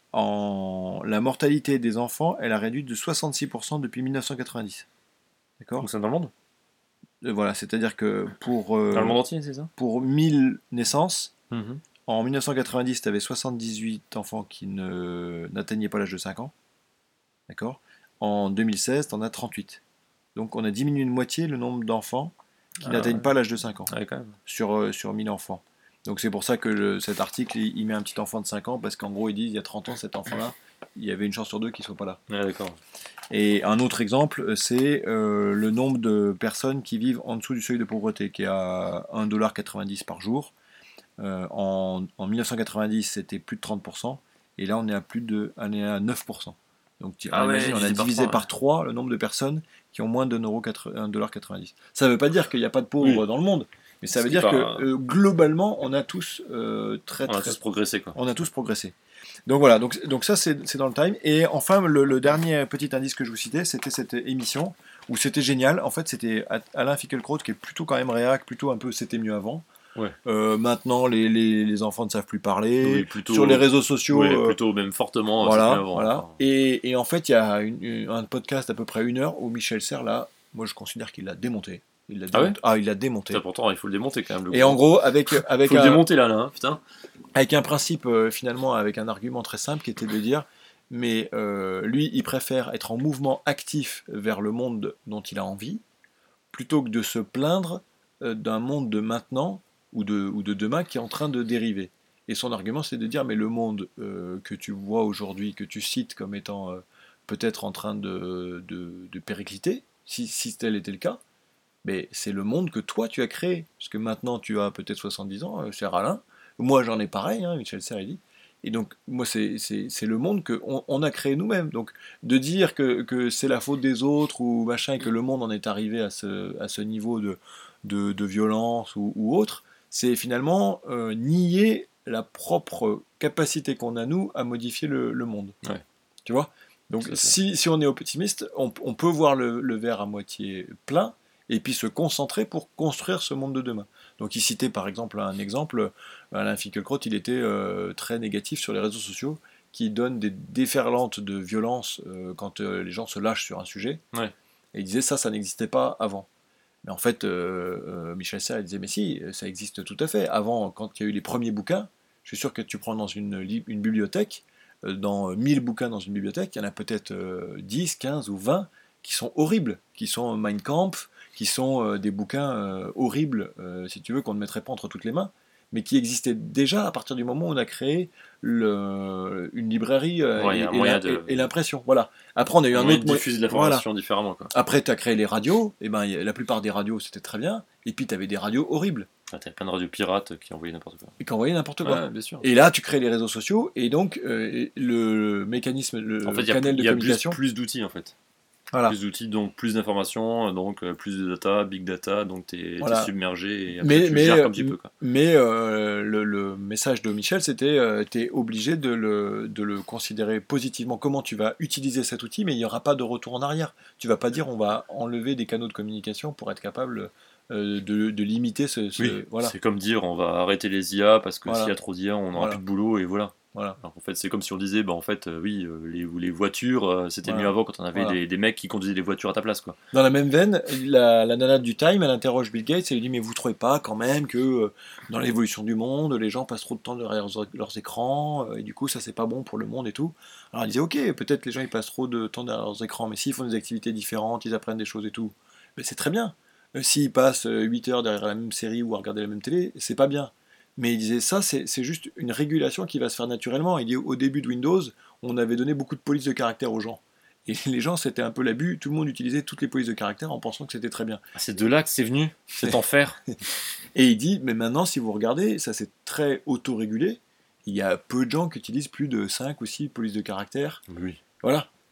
en, la mortalité des enfants, elle a réduit de soixante-six pour cent depuis mille neuf cent quatre-vingt-dix. D'accord. Donc c'est dans le monde Euh, Voilà, c'est-à-dire que pour, euh, Dans le monde entier, c'est ça pour mille naissances, Mhm. en mille neuf cent quatre-vingt-dix, tu avais soixante-dix-huit enfants qui ne, n'atteignaient pas l'âge de cinq ans. D'accord. En deux mille seize, tu en as trente-huit. Donc on a diminué de moitié le nombre d'enfants qui Ah, n'atteignent ouais. pas l'âge de cinq ans Ouais, quand même. sur, euh, sur mille enfants. Donc c'est pour ça que le- cet article, il, il met un petit enfant de cinq ans, parce qu'en gros, il dit il y a trente ans, cet enfant-là, il y avait une chance sur deux qu'il ne soit pas là. Ouais, d'accord. Et un autre exemple, c'est euh, le nombre de personnes qui vivent en dessous du seuil de pauvreté, qui est à un dollar quatre-vingt-dix par jour. Euh, en, en mille neuf cent quatre-vingt-dix, c'était plus de trente pour cent, et là, on est à plus de, on est à neuf pour cent. Donc tu Ah ouais, imagines, on a divisé par divisé trois, par ouais. trois le nombre de personnes qui ont moins d'un dollar quatre-vingt-dix. Ça ne veut pas dire qu'il n'y a pas de pauvres Oui. dans le monde, mais ça Ce veut qui est dire pas- que euh, globalement, on a tous euh, très On a très tous progressé, quoi. on a tous progressé. Donc voilà, donc, donc ça c'est c'est dans le time. Et enfin, le, le dernier petit indice que je vous citais, c'était cette émission où c'était génial. En fait, c'était Alain Finkielkraut qui est plutôt quand même réac, plutôt un peu c'était mieux avant. Ouais. Euh, maintenant, les, les, les enfants ne savent plus parler. Oui, plutôt- Sur les réseaux sociaux, Ouais, euh, plutôt même fortement, voilà, c'était mieux avant. voilà. enfin. Et, et en fait, il y a une- une- un podcast d'à peu près une heure où Michel Serres, là, moi je considère qu'il l'a démonté. Il l'a Ah ouais démonté. Ah, il l'a démonté. Putain, pourtant, il faut le démonter quand même. Le Et gros. en gros, avec, avec faut le un, démonter là, là, hein, putain. avec un principe, euh, finalement, avec un argument très simple qui était de dire, mais euh, lui, il préfère être en mouvement actif vers le monde dont il a envie, plutôt que de se plaindre euh, d'un monde de maintenant ou de, ou de demain qui est en train de dériver. Et son argument, c'est de dire, mais le monde euh, que tu vois aujourd'hui, que tu cites comme étant euh, peut-être en train de, de, de péricliter, si, si tel était le cas, mais c'est le monde que toi tu as créé. Parce que maintenant tu as peut-être soixante-dix ans, euh, cher Alain. Moi j'en ai pareil, hein, Michel Serres il dit. Et donc moi c'est, c'est, c'est le monde qu'on on a créé nous-mêmes. Donc de dire que, que c'est la faute des autres ou machin et que le monde en est arrivé à ce, à ce niveau de, de, de violence ou, ou autre, c'est finalement euh, nier la propre capacité qu'on a nous à modifier le, le monde. Ouais. Tu vois. Donc C'est ça. si, si on est optimiste, on, on peut voir le, le verre à moitié plein et puis se concentrer pour construire ce monde de demain. Donc il citait par exemple un exemple, Alain Finkielkraut, il était euh, très négatif sur les réseaux sociaux, qui donnent des déferlantes de violence euh, quand euh, les gens se lâchent sur un sujet. Ouais. Et il disait ça, ça n'existait pas avant. Mais en fait, euh, euh, Michel Serres il disait, mais si, ça existe tout à fait. Avant, quand il y a eu les premiers bouquins, je suis sûr que tu prends dans une, li- une bibliothèque, euh, dans mille bouquins dans une bibliothèque, il y en a peut-être euh, dix, quinze ou vingt qui sont horribles, qui sont Mein Kampf, qui sont euh, des bouquins euh, horribles, euh, si tu veux, qu'on ne mettrait pas entre toutes les mains, mais qui existaient déjà à partir du moment où on a créé le, une librairie euh, Ouais, il y et, a un et moyen la- de- et- et l'impression. Voilà. Après, on a eu un moyen autre de diffuser de voilà. l'information différemment, quoi. Après, tu as créé les radios, et ben, y a- la plupart des radios, c'était très bien, et puis tu avais des radios horribles, Ah, t'as plein de radios pirates qui envoyaient n'importe quoi. et qui envoyaient n'importe quoi. Ouais, bien sûr. Et là, tu crées les réseaux sociaux, et donc euh, le mécanisme, le En fait, il y a, canal plus- de il y a plus, communication. plus d'outils en fait. Voilà. Plus d'outils, donc plus d'informations, donc euh, plus de data, big data, donc t'es Voilà. t'es submergé et après Mais, tu mais, gères comme tu peux. Quoi. mais euh, le, le message de Michel, c'était euh, tu es obligé de le, de le considérer positivement. Comment tu vas utiliser cet outil, mais il n'y aura pas de retour en arrière. Tu vas pas dire on va enlever des canaux de communication pour être capable euh, de, de limiter ce. ce- Oui, voilà. c'est comme dire on va arrêter les I A parce que Voilà. s'il y a trop d'I A, on n'aura Voilà. plus de boulot et voilà. Voilà. Alors en fait, c'est comme si on disait bah en fait, euh, oui, euh, les, les voitures, euh, c'était Voilà. mieux avant quand on avait Voilà. des, des mecs qui conduisaient les voitures à ta place. Quoi. Dans la même veine, la, la nana du Time, elle interroge Bill Gates et lui dit mais vous trouvez pas quand même que euh, dans l'évolution du monde, les gens passent trop de temps derrière leurs, leurs écrans euh, et du coup ça c'est pas bon pour le monde et tout. Alors il disait ok, peut-être les gens ils passent trop de temps derrière leurs écrans, mais s'ils font des activités différentes, ils apprennent des choses et tout, mais c'est très bien. Euh, S'ils passent euh, huit heures derrière la même série ou à regarder la même télé, c'est pas bien. Mais il disait ça, c'est c'est juste une régulation qui va se faire naturellement. Il dit au début de Windows, on avait donné beaucoup de polices de caractère aux gens. Et les gens, c'était un peu l'abus, tout le monde utilisait toutes les polices de caractère en pensant que c'était très bien. Ah, c'est de là que c'est venu, cet enfer. Et il dit, mais maintenant, si vous regardez, ça c'est très autorégulé, il y a peu de gens qui utilisent plus de cinq ou six polices de caractère. Oui. Voilà. Ouais.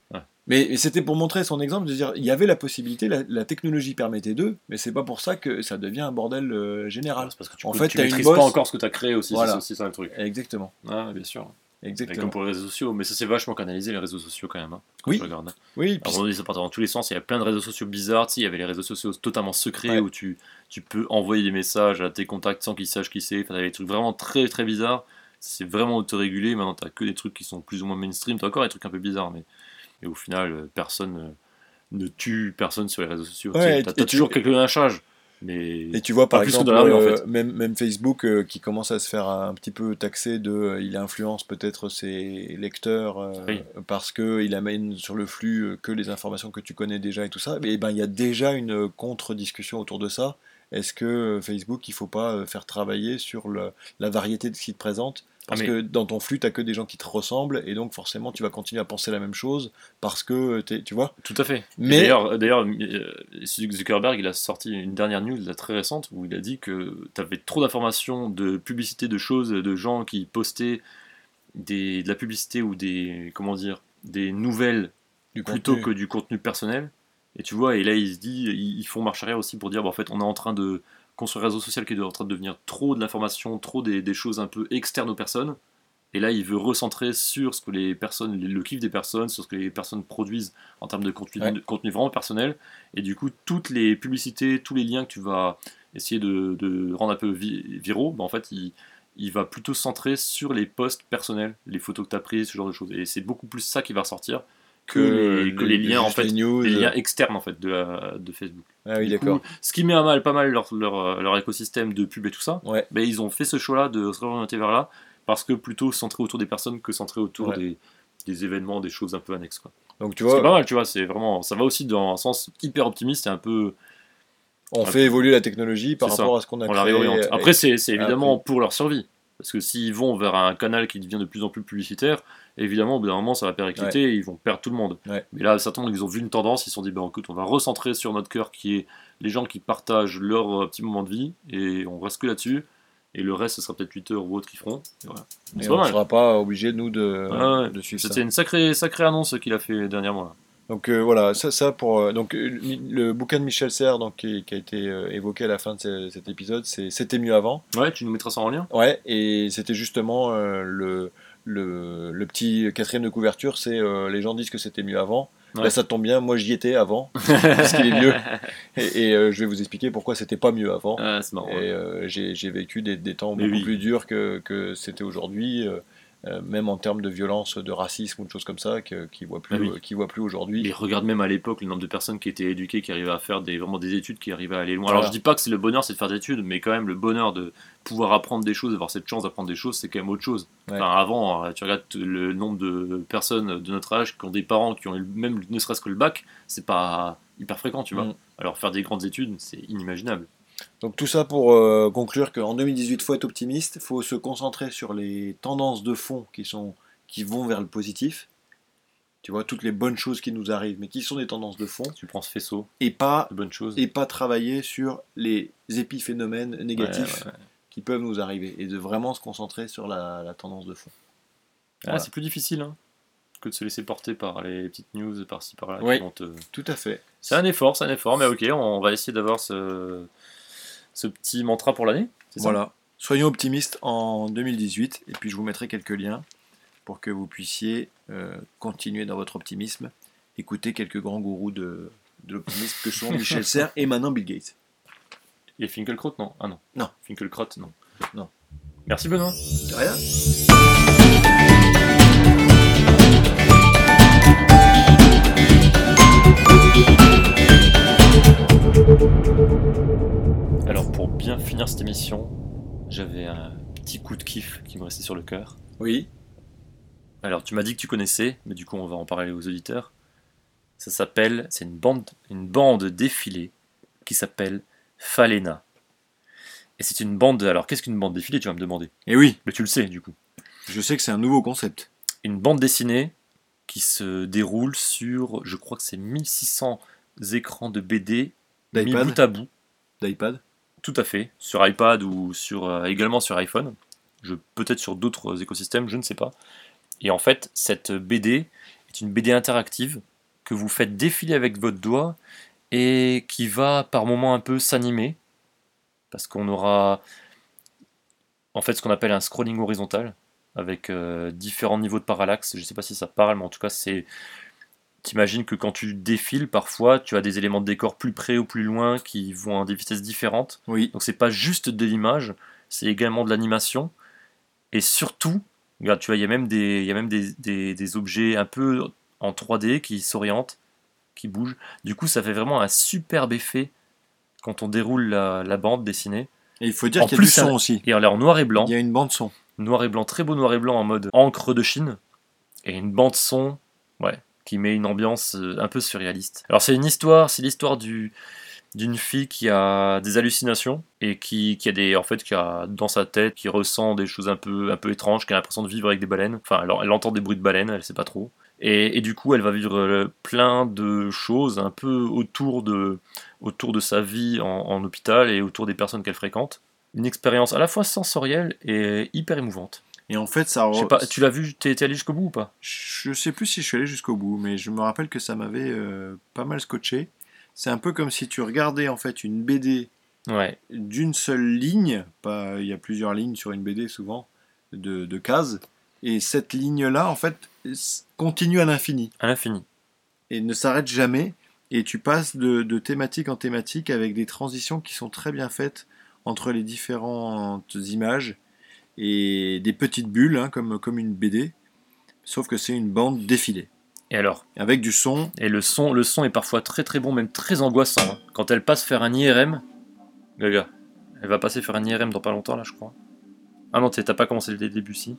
Mais, mais c'était pour montrer son exemple, de dire il y avait la possibilité, la, la technologie permettait d'eux, mais c'est pas pour ça que ça devient un bordel euh, général. C'est parce que tu, En peux- fait, tu t'as une maîtrises bosse- pas encore ce que tu as créé aussi, Voilà. c'est aussi ça le truc. Exactement. Ah, bien sûr. Et Exactement. comme pour les réseaux sociaux, mais ça c'est vachement canalisé les réseaux sociaux quand même. Hein, quand Oui. tu regardes. Oui, puis Alors, on dit ça part dans tous les sens, il y a plein de réseaux sociaux bizarres, tu sais, il y avait les réseaux sociaux totalement secrets Ouais. où tu, tu peux envoyer des messages à tes contacts sans qu'ils sachent qui c'est, enfin, t'avais des trucs vraiment très très bizarres, c'est vraiment autorégulé, maintenant t'as que des trucs qui sont plus ou moins mainstream, t'as encore des trucs un peu bizarres, mais et au final euh, personne euh, ne tue personne sur les réseaux sociaux, Ouais, tu sais, et- t'as, et t'as tu- toujours quelques lynchages, mais Et tu vois Pas par plus que exemple, dans la rue, en euh, fait. même, même Facebook euh, qui commence à se faire un petit peu taxer de, euh, il influence peut-être ses lecteurs euh, Oui. parce que il amène sur le flux euh, que les informations que tu connais déjà et tout ça. Mais ben il y a déjà une contre-discussion autour de ça. Est-ce que euh, Facebook, il faut pas euh, faire travailler sur le, la variété de ce qui te présente? Parce Ah, mais- que dans ton flux, t'as que des gens qui te ressemblent et donc forcément tu vas continuer à penser la même chose parce que euh, t'es- tu vois. Tout à fait. Mais- Et D'ailleurs, d'ailleurs, euh, Zuckerberg, il a sorti une dernière news là, très récente où il a dit que tu avais trop d'informations, de publicité, de choses, de gens qui postaient des, de la publicité ou des, comment dire, des nouvelles Du plutôt contenu. que du contenu personnel. Et tu vois, et là, il se dit, ils ils font marche arrière aussi pour dire, bah, en fait, on est en train de construire un réseau social qui est en train de devenir trop de l'information, trop des, des choses un peu externes aux personnes. Et là, il veut recentrer sur ce que les personnes, le kiff des personnes, sur ce que les personnes produisent en termes de contenu, Ouais. de contenu vraiment personnel. Et du coup, toutes les publicités, tous les liens que tu vas essayer de, de rendre un peu vi- viraux, bah, en fait, il, il va plutôt se centrer sur les posts personnels, les photos que tu as prises, ce genre de choses. Et c'est beaucoup plus ça qui va ressortir que, les, que les liens, en juste fait, les news. les liens externes en fait, de, la- de Facebook. Ah oui, Du d'accord. coup, ce qui met à mal pas mal leur, leur, leur écosystème de pub et tout ça, Ouais. ben, ils ont fait ce choix-là de se réorienter vers là, parce que plutôt centré autour des personnes que centré autour Ouais. des, des événements, des choses un peu annexes. Quoi. Donc tu Ce qui est vois, pas mal, tu vois, c'est vraiment, ça va aussi dans un sens hyper optimiste et un peu, on un fait peu- évoluer la technologie par c'est ça. rapport à ce qu'on a on la créé. réoriente. et- Après, c'est c'est évidemment appris. pour leur survie. Parce que s'ils vont vers un canal qui devient de plus en plus publicitaire, évidemment, au bout d'un moment, ça va péricliter et ils vont perdre tout le monde. Ouais. Mais là, certainement, ils ont vu une tendance, ils se sont dit, bah, écoute, on va recentrer sur notre cœur qui est les gens qui partagent leur euh, petit moment de vie et on reste que là-dessus. Et le reste, ce sera peut-être Twitter ou autre qui feront. Et voilà. Et C'est on pas ne mal. sera pas obligé, nous, de, Ah ouais. de suivre ça. C'était une sacrée, sacrée annonce qu'il a fait dernièrement. Là. Donc euh, voilà, ça, ça pour euh, donc euh, le bouquin de Michel Serres donc qui, qui a été euh, évoqué à la fin de ce- cet épisode, c'est C'était mieux avant. Ouais, tu nous mettras ça en lien. Ouais, et c'était justement euh, le, le le petit quatrième de couverture, c'est euh, les gens disent que c'était mieux avant. Ouais. Là, ça tombe bien, moi j'y étais avant, parce qu'il est vieux, et, et, euh, je vais vous expliquer pourquoi c'était pas mieux avant. Ah, c'est marrant. Et ouais. euh, j'ai j'ai vécu des, des temps Mais beaucoup oui. plus durs que, que c'était aujourd'hui, euh, euh, même en termes de violence, de racisme ou de choses comme ça, que, qui ne voient plus, Ah oui. euh, qui voient plus aujourd'hui. Et regarde même à l'époque le nombre de personnes qui étaient éduquées, qui arrivaient à faire des, vraiment des études, qui arrivaient à aller loin. Voilà. Alors je dis pas que c'est le bonheur, c'est de faire des études, mais quand même le bonheur de pouvoir apprendre des choses, d'avoir cette chance d'apprendre des choses, c'est quand même autre chose. Ouais. Enfin, avant, euh, tu regardes le nombre de personnes de notre âge qui ont des parents qui ont eu même ne serait-ce que le bac, c'est pas hyper fréquent, tu vois. Mm. Alors faire des grandes études, c'est inimaginable. Donc tout ça pour euh, conclure qu'en deux mille dix-huit, il faut être optimiste, il faut se concentrer sur les tendances de fond qui, sont, qui vont vers le positif. Tu vois, toutes les bonnes choses qui nous arrivent, mais qui sont des tendances de fond, Tu prends ce faisceau, et pas, de bonnes choses. et pas travailler sur les épiphénomènes négatifs Ouais, ouais, ouais. qui peuvent nous arriver, et de vraiment se concentrer sur la, la tendance de fond. Ah, Voilà. c'est plus difficile hein, que de se laisser porter par les petites news par-ci par-là. Oui. qui vont te- Tout à fait. C'est un effort, c'est un effort, mais ok, on va essayer d'avoir ce, ce petit mantra pour l'année. C'est ça Voilà. Soyons optimistes en deux mille dix-huit, et puis je vous mettrai quelques liens pour que vous puissiez euh, continuer dans votre optimisme, écouter quelques grands gourous de, de l'optimisme que sont Michel Serres et maintenant Bill Gates. Et Finkelkraut, non. Ah non. Non. Finkelkraut, non. Non. Merci Benoît. De rien. Alors pour bien finir cette émission, j'avais un petit coup de kiff qui me restait sur le cœur. Oui. Alors tu m'as dit que tu connaissais, mais du coup on va en parler aux auditeurs. Ça s'appelle, c'est une bande, une bande défilée qui s'appelle Falena. Et c'est une bande, alors qu'est-ce qu'une bande défilée, tu vas me demander. Et oui, Mais tu le sais du coup. je sais que c'est un nouveau concept. Une bande dessinée qui se déroule sur, je crois que c'est mille six cents écrans de B D mis d'iPad. bout à bout. d'iPad. Tout à fait, sur iPad ou sur, euh, également sur iPhone, je, peut-être sur d'autres écosystèmes, je ne sais pas. Et en fait, cette B D est une B D interactive que vous faites défiler avec votre doigt et qui va par moments un peu s'animer, parce qu'on aura en fait ce qu'on appelle un scrolling horizontal, avec euh, différents niveaux de parallaxe. Je ne sais pas si ça parle, mais en tout cas, c'est... T'imagines que quand tu défiles, parfois, tu as des éléments de décor plus près ou plus loin qui vont à des vitesses différentes. Oui. Donc c'est pas juste de l'image, c'est également de l'animation. Et surtout, regarde, tu vois, il y a même, des, il y a même des, des, des objets un peu en trois D qui s'orientent, qui bougent. Du coup, ça fait vraiment un superbe effet quand on déroule la, la bande dessinée. Et il faut dire En qu'il y a plus, du son ça- aussi. Et elle est en noir et blanc. Il y a une bande son. Noir et blanc, très beau noir et blanc en mode encre de Chine. Et une bande son, ouais, qui met une ambiance euh, un peu surréaliste. Alors c'est une histoire, c'est l'histoire du, d'une fille qui a des hallucinations et qui, qui a des, en fait, qui a dans sa tête, qui ressent des choses un peu, un peu étranges, qui a l'impression de vivre avec des baleines. Enfin, elle, elle entend des bruits de baleines, elle sait pas trop. Et, et du coup, elle va vivre euh, plein de choses un peu autour de, autour de sa vie en, en hôpital et autour des personnes qu'elle fréquente. Une expérience à la fois sensorielle et hyper émouvante. Et en fait, ça. Je sais pas, tu l'as vu, t'es t'es allé jusqu'au bout ou pas? Je sais plus si je suis allé jusqu'au bout, mais je me rappelle que ça m'avait euh, pas mal scotché. C'est un peu comme si tu regardais en fait une B D Ouais, d'une seule ligne, pas, il y a plusieurs lignes sur une B D souvent, de, de cases, et cette ligne-là en fait s- continue à l'infini à l'infini. et ne s'arrête jamais, et tu passes de, de thématique en thématique avec des transitions qui sont très bien faites entre les différentes images et des petites bulles, hein, comme, comme une B D, sauf que c'est une bande défilée, Et alors? avec du son. Et le son, le son est parfois très très bon, même très angoissant. hein. Quand elle passe faire un I R M, Gaga, elle va passer faire un I R M dans pas longtemps là, je crois. Ah non, t'es- t'as pas commencé le début, si.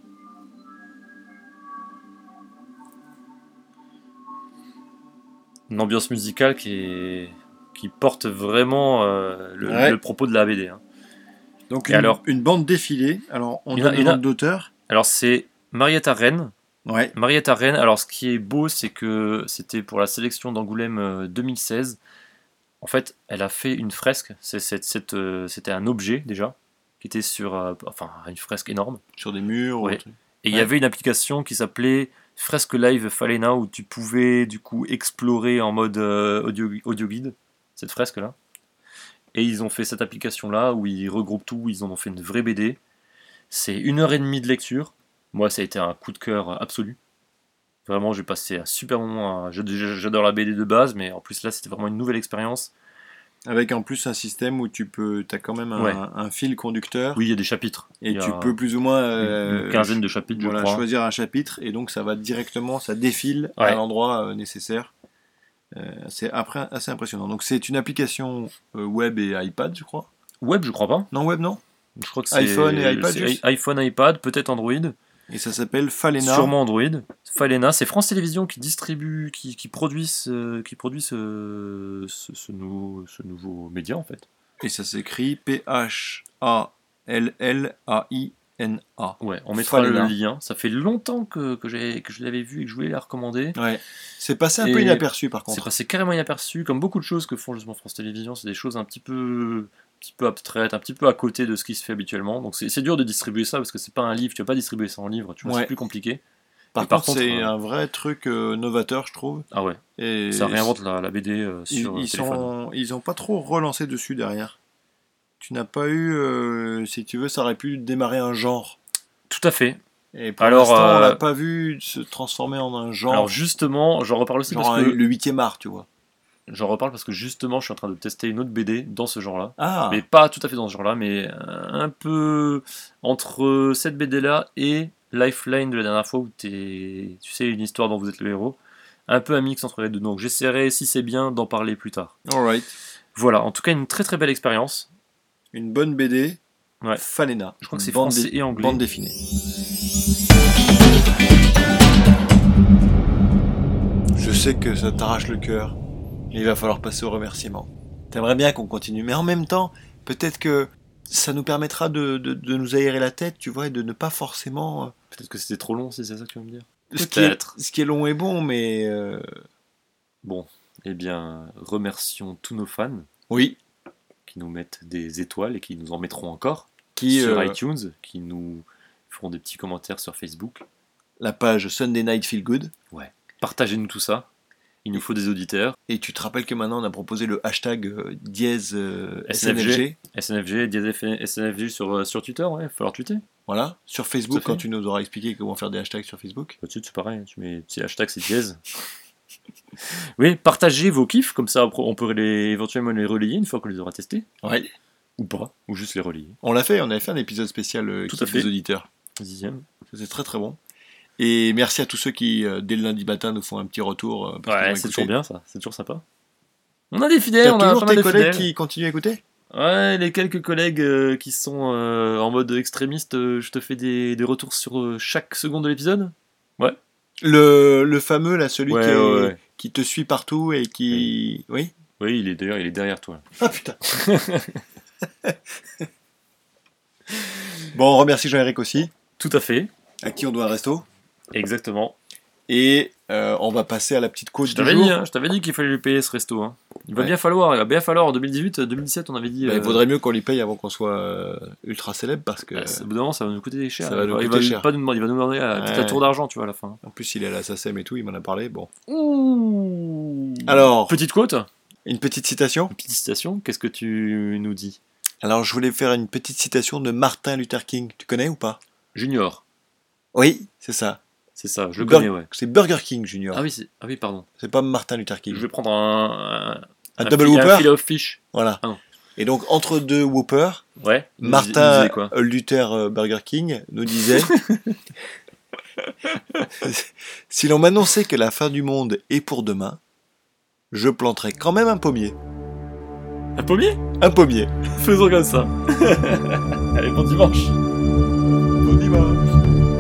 Une ambiance musicale qui est qui porte vraiment euh, le, Ouais. le propos de la B D. hein. Donc Et une, alors une bande défilée, alors on Il y en a- donne il y le en a- nom d'auteur. Alors c'est Marietta Rennes. Ouais, Marietta Rennes, alors ce qui est beau, c'est que c'était pour la sélection d'Angoulême euh, deux mille seize. En fait, elle a fait une fresque. C'est- c'est- c'est, euh, C'était un objet déjà, qui était sur. euh, enfin, une fresque énorme. sur des murs. Ouais. ou un truc. Et il y Ouais. avait une application qui s'appelait Fresque Live Falena où tu pouvais du coup explorer en mode euh, audio, audio guide cette fresque là. Et ils ont fait cette application là où ils regroupent tout, ils en ont fait une vraie B D. C'est une heure et demie de lecture. Moi, ça a été un coup de cœur absolu. Vraiment, j'ai passé un super moment. à- J'adore la B D de base, mais en plus là, c'était vraiment une nouvelle expérience. Avec en plus un système où tu peux, t'as quand même un, Ouais. un fil conducteur Oui, il y a des chapitres. et Il y a tu peux plus ou moins une- euh, une quinzaine de chapitres, voilà, je crois. choisir un chapitre et donc ça va directement, ça défile Ouais. à l'endroit euh, nécessaire. Euh, c'est après assez impressionnant. Donc c'est une application euh, web et iPad, je crois. Web, je crois pas. Non, web non. Je crois que c'est iPhone et iPad c'est juste i- iPhone, iPad, peut-être Android. Et ça s'appelle Falena. Sûrement Android. Falena, c'est France Télévisions qui distribue, qui, qui produit, ce, qui produit ce, ce, ce nouveau, ce nouveau média en fait. Et ça s'écrit P H A L L A I N A. Ouais, on mettra Falena. le lien. Ça fait longtemps que, que, j'ai- que je l'avais vu et que je voulais la recommander. Ouais. C'est passé un Et peu inaperçu par C'est contre. passé carrément inaperçu, comme beaucoup de choses que font justement France Télévisions. C'est des choses un petit peu, un petit peu abstraites, un petit peu à côté de ce qui se fait habituellement. Donc c'est c'est dur de distribuer ça parce que c'est pas un livre. Tu vas pas distribuer ça en livre. Tu vois, Ouais. c'est plus compliqué. Par, Et par contre, contre, c'est euh, un vrai truc euh, novateur, je trouve. Ah ouais. Et Ça réinvente la, la B D euh, Ils, sur euh, ils téléphone. sont, ils ont pas trop relancé dessus derrière. Tu n'as pas eu, euh, si tu veux, ça aurait pu démarrer un genre. Tout à fait. Et pour Alors, l'instant, on euh, l'a pas vu se transformer en un genre. Alors justement, j'en reparle aussi genre parce un- que le huitième art, tu vois. j'en reparle parce que justement, je suis en train de tester une autre B D dans ce genre-là. Ah, Mais pas tout à fait dans ce genre-là, mais un peu entre cette B D-là et Lifeline de la dernière fois où t'es, tu sais, une histoire dont vous êtes le héros. Un peu un mix entre les deux. Donc j'essaierai, si c'est bien, d'en parler plus tard. alright. Voilà, en tout cas, une très très belle expérience. Une bonne B D. Ouais. Falena. Je crois que Une c'est bande français dé- et anglais. Bande dessinée. Je sais que ça t'arrache le cœur, mais il va falloir passer au remerciement. T'aimerais bien qu'on continue, mais en même temps, peut-être que ça nous permettra de, de, de nous aérer la tête, tu vois, et de ne pas forcément... euh, Peut-être que c'était trop long, si c'est ça que tu vas me dire. Ce qui, est, Peut-être. ce qui est long est bon, mais... euh, Bon, eh bien, remercions tous nos fans oui, qui nous mettent des étoiles et qui nous en mettront encore. qui... sur euh, iTunes, qui nous feront des petits commentaires sur Facebook. la page Sunday Night Feel Good. Partagez-nous tout ça. Il nous faut des auditeurs. Et tu te rappelles que maintenant on a proposé le hashtag euh, dièse euh, S N F G. S N F G. S N F G, dièse S N F G sur, euh, sur Twitter, ouais, il va falloir tweeter. Voilà. Sur Tout Facebook, à fait. quand tu nous auras expliqué comment faire des hashtags sur Facebook. Là-dessus, c'est pareil, tu mets petit hashtag, c'est dièse. Oui, partagez vos kiffs, comme ça on peut les, éventuellement les relayer une fois qu'on les aura testés. Ouais. Ou pas, ou juste les relayer. On l'a fait, on avait fait un épisode spécial euh, Tout kiff à fait. des auditeurs. Dixième. C'est très très bon. Et merci à tous ceux qui, euh, dès le lundi matin, nous font un petit retour. euh, parce qu'ils Ouais, ont c'est écouté. toujours bien ça, c'est toujours sympa. On a des fidèles, T'as on a toujours pas mal tes de collègues fidèles. qui continuent à écouter? Ouais, les quelques collègues euh, qui sont euh, en mode extrémiste, euh, je te fais des, des retours sur euh, chaque seconde de l'épisode. Ouais. Le, le fameux, là, celui Ouais, qui, est- ouais, ouais. qui te suit partout et qui... Oui. Oui, il est d'ailleurs, il est derrière toi. Ah putain. Bon, on remercie Jean-Éric aussi, Tout à fait, à qui on doit un resto. exactement. Et euh, on va passer à la petite cause Je du t'avais jour. dit, hein, je t'avais dit qu'il fallait lui payer ce resto. Hein. Il va Ouais. bien falloir, il va bien falloir en deux mille dix-huit, deux mille dix-sept, on avait dit. Bah, euh, il vaudrait mieux qu'on lui paye avant qu'on soit euh, ultra célèbre parce que bah, c'est- au bout d'un moment, ça va nous coûter cher. ça va il nous il coûter va cher. Pas nous demander, il va nous demander euh, toute la Ouais. tour d'argent, tu vois, à la fin. en plus il est à la S A C E M et tout, il m'en a parlé. Bon. Ouh. Alors, Petite quote, une petite citation. une petite citation, qu'est-ce que tu nous dis? Alors je voulais faire une petite citation de Martin Luther King. Tu connais ou pas? Junior, Oui, c'est ça. c'est ça, je le Bur- connais, ouais. C'est Burger King Junior. Ah oui, c'est- ah oui, pardon. C'est pas Martin Luther King. Je vais prendre un. Un un double fi- Whopper. Un filet of fish. Voilà. Ah non. Et donc entre deux Whopper, Ouais. il nous dis- il nous Martin disait quoi Luther euh, Burger King nous disait si l'on m'annonçait que la fin du monde est pour demain, je planterais quand même un pommier. Un pommier? Un pommier. Faisons comme ça. Allez, bon dimanche. Bon dimanche.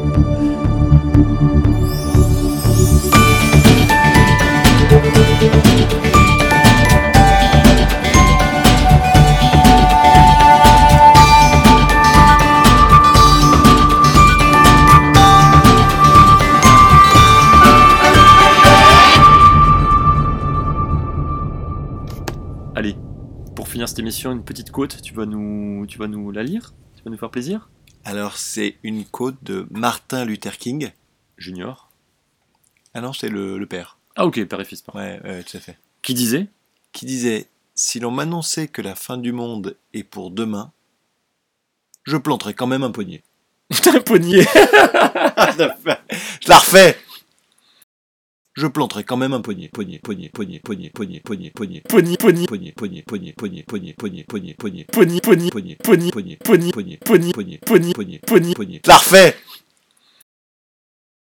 Allez, pour finir cette émission, une petite quote, tu vas nous, tu vas nous la lire? Tu vas nous faire plaisir? Alors c'est une quote de Martin Luther King. Junior. Ah non, c'est le, le père. Ah ok, père et fils, pardon. Ouais, ouais, tout à fait. Qui disait? Qui disait si l'on m'annonçait que la fin du monde est pour demain, je planterais quand même un pommier. Un pommier. Je la refais. Je planterai quand même un pommier. Pommier, pommier, pommier, pommier, pommier, pommier, pommier. Pommier, pommier, Pommier, pommier, pommier, pommier, pommier, pommier, pommier, pommier, pommier, pommier, pommier, pommier, pommier, pommier, pommier, pommier, pommier, pommier, pommier, pommier. pommier. Je la refais.